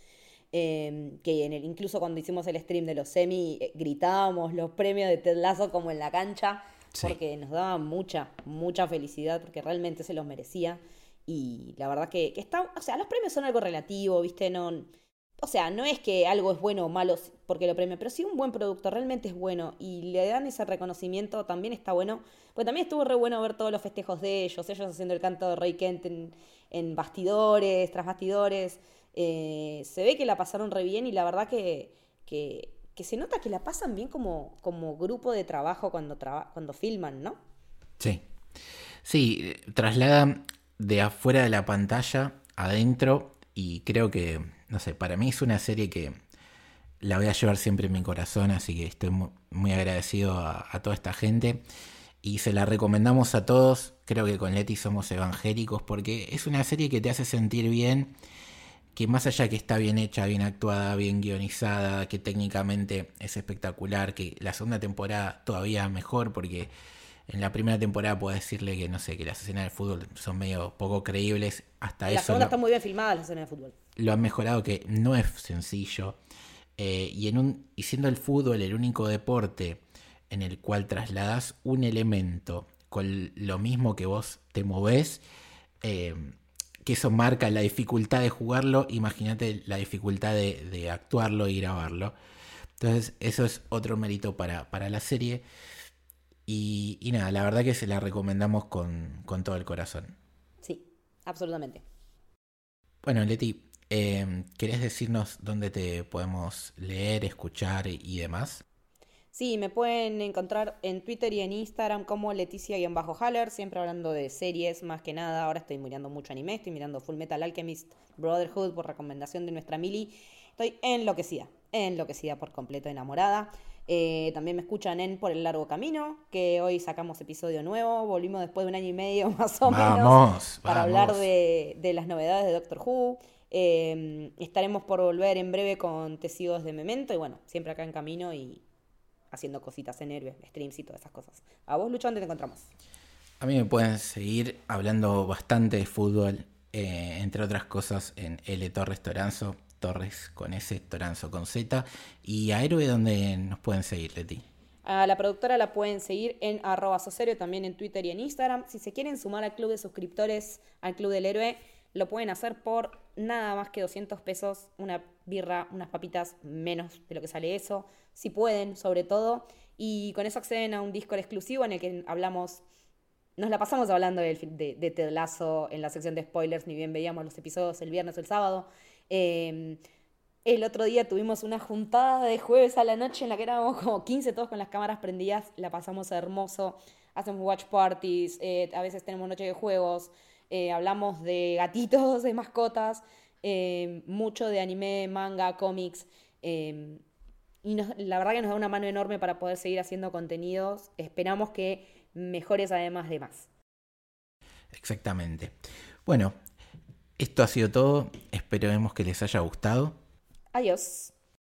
Eh, que en el, incluso cuando hicimos el stream de los Emmy eh, gritábamos los premios de Ted Lasso como en la cancha, Sí. porque nos daba mucha, mucha felicidad, porque realmente se los merecía. Y la verdad que, que está, o sea, los premios son algo relativo, ¿viste? No, o sea, no es que algo es bueno o malo porque lo premian, pero si un buen producto realmente es bueno y le dan ese reconocimiento, también está bueno. Porque también estuvo re bueno ver todos los festejos de ellos, ellos haciendo el canto de Ray Kent en, en bastidores, tras bastidores. Eh, se ve que la pasaron re bien y la verdad que, que, que se nota que la pasan bien como, como grupo de trabajo cuando, traba, cuando filman, ¿no? Sí. Sí, traslada de afuera de la pantalla adentro y creo que, no sé, para mí es una serie que la voy a llevar siempre en mi corazón, así que estoy muy, muy agradecido a, a toda esta gente y se la recomendamos a todos. Creo que con Leti somos evangélicos porque es una serie que te hace sentir bien, que más allá que está bien hecha, bien actuada, bien guionizada, que técnicamente es espectacular, que la segunda temporada todavía mejor porque en la primera temporada puedo decirle que no sé, que las escenas de fútbol son medio poco creíbles, hasta La eso segunda lo, está muy bien filmada, la escena de fútbol. lo han mejorado, que no es sencillo. Eh, y, en un, y siendo el fútbol el único deporte en el cual trasladas un elemento con lo mismo que vos te movés, eh, que eso marca la dificultad de jugarlo, imagínate la dificultad de, de actuarlo y grabarlo. Entonces eso es otro mérito para, para la serie. Y, y nada, la verdad que se la recomendamos con, con todo el corazón. Sí, absolutamente. Bueno, Leti, eh, ¿querés decirnos dónde te podemos leer, escuchar y, y demás? Sí, me pueden encontrar en Twitter y en Instagram como Leticia-Haller, siempre hablando de series más que nada. Ahora estoy mirando mucho anime, estoy mirando Full Metal Alchemist Brotherhood por recomendación de nuestra Mili. Estoy enloquecida, enloquecida por completo, enamorada. Eh, también me escuchan en Por el Largo Camino, que hoy sacamos episodio nuevo. Volvimos después de un año y medio más o Vamos, menos para vamos. hablar de, de las novedades de Doctor Who. Eh, estaremos por volver en breve con Testigos de Memento y bueno, siempre acá en camino y haciendo cositas en Héroe, streams y todas esas cosas. A vos, Lucho, ¿dónde te encontramos? A mí me pueden seguir hablando bastante de fútbol, eh, entre otras cosas en L Torres Toranzo, Torres con S, Toranzo con Z, y a Héroe donde nos pueden seguir, Leti. A la productora la pueden seguir en arroba soserio, también en Twitter y en Instagram. Si se quieren sumar al club de suscriptores, al Club del Héroe, lo pueden hacer por nada más que doscientos pesos, una birra, unas papitas, menos de lo que sale eso, si pueden, sobre todo. Y con eso acceden a un Discord exclusivo en el que hablamos, nos la pasamos hablando de, de, de Ted Lasso en la sección de spoilers, ni bien veíamos los episodios el viernes o el sábado. Eh, el otro día tuvimos una juntada de jueves a la noche en la que éramos como quince todos con las cámaras prendidas, la pasamos hermoso, hacemos watch parties, eh, a veces tenemos noche de juegos. Eh, hablamos de gatitos, de mascotas, eh, mucho de anime, manga, cómics. Eh, y nos, la verdad que nos da una mano enorme para poder seguir haciendo contenidos. Esperamos que mejores además de más. Exactamente. Bueno, esto ha sido todo. Esperemos que les haya gustado. Adiós.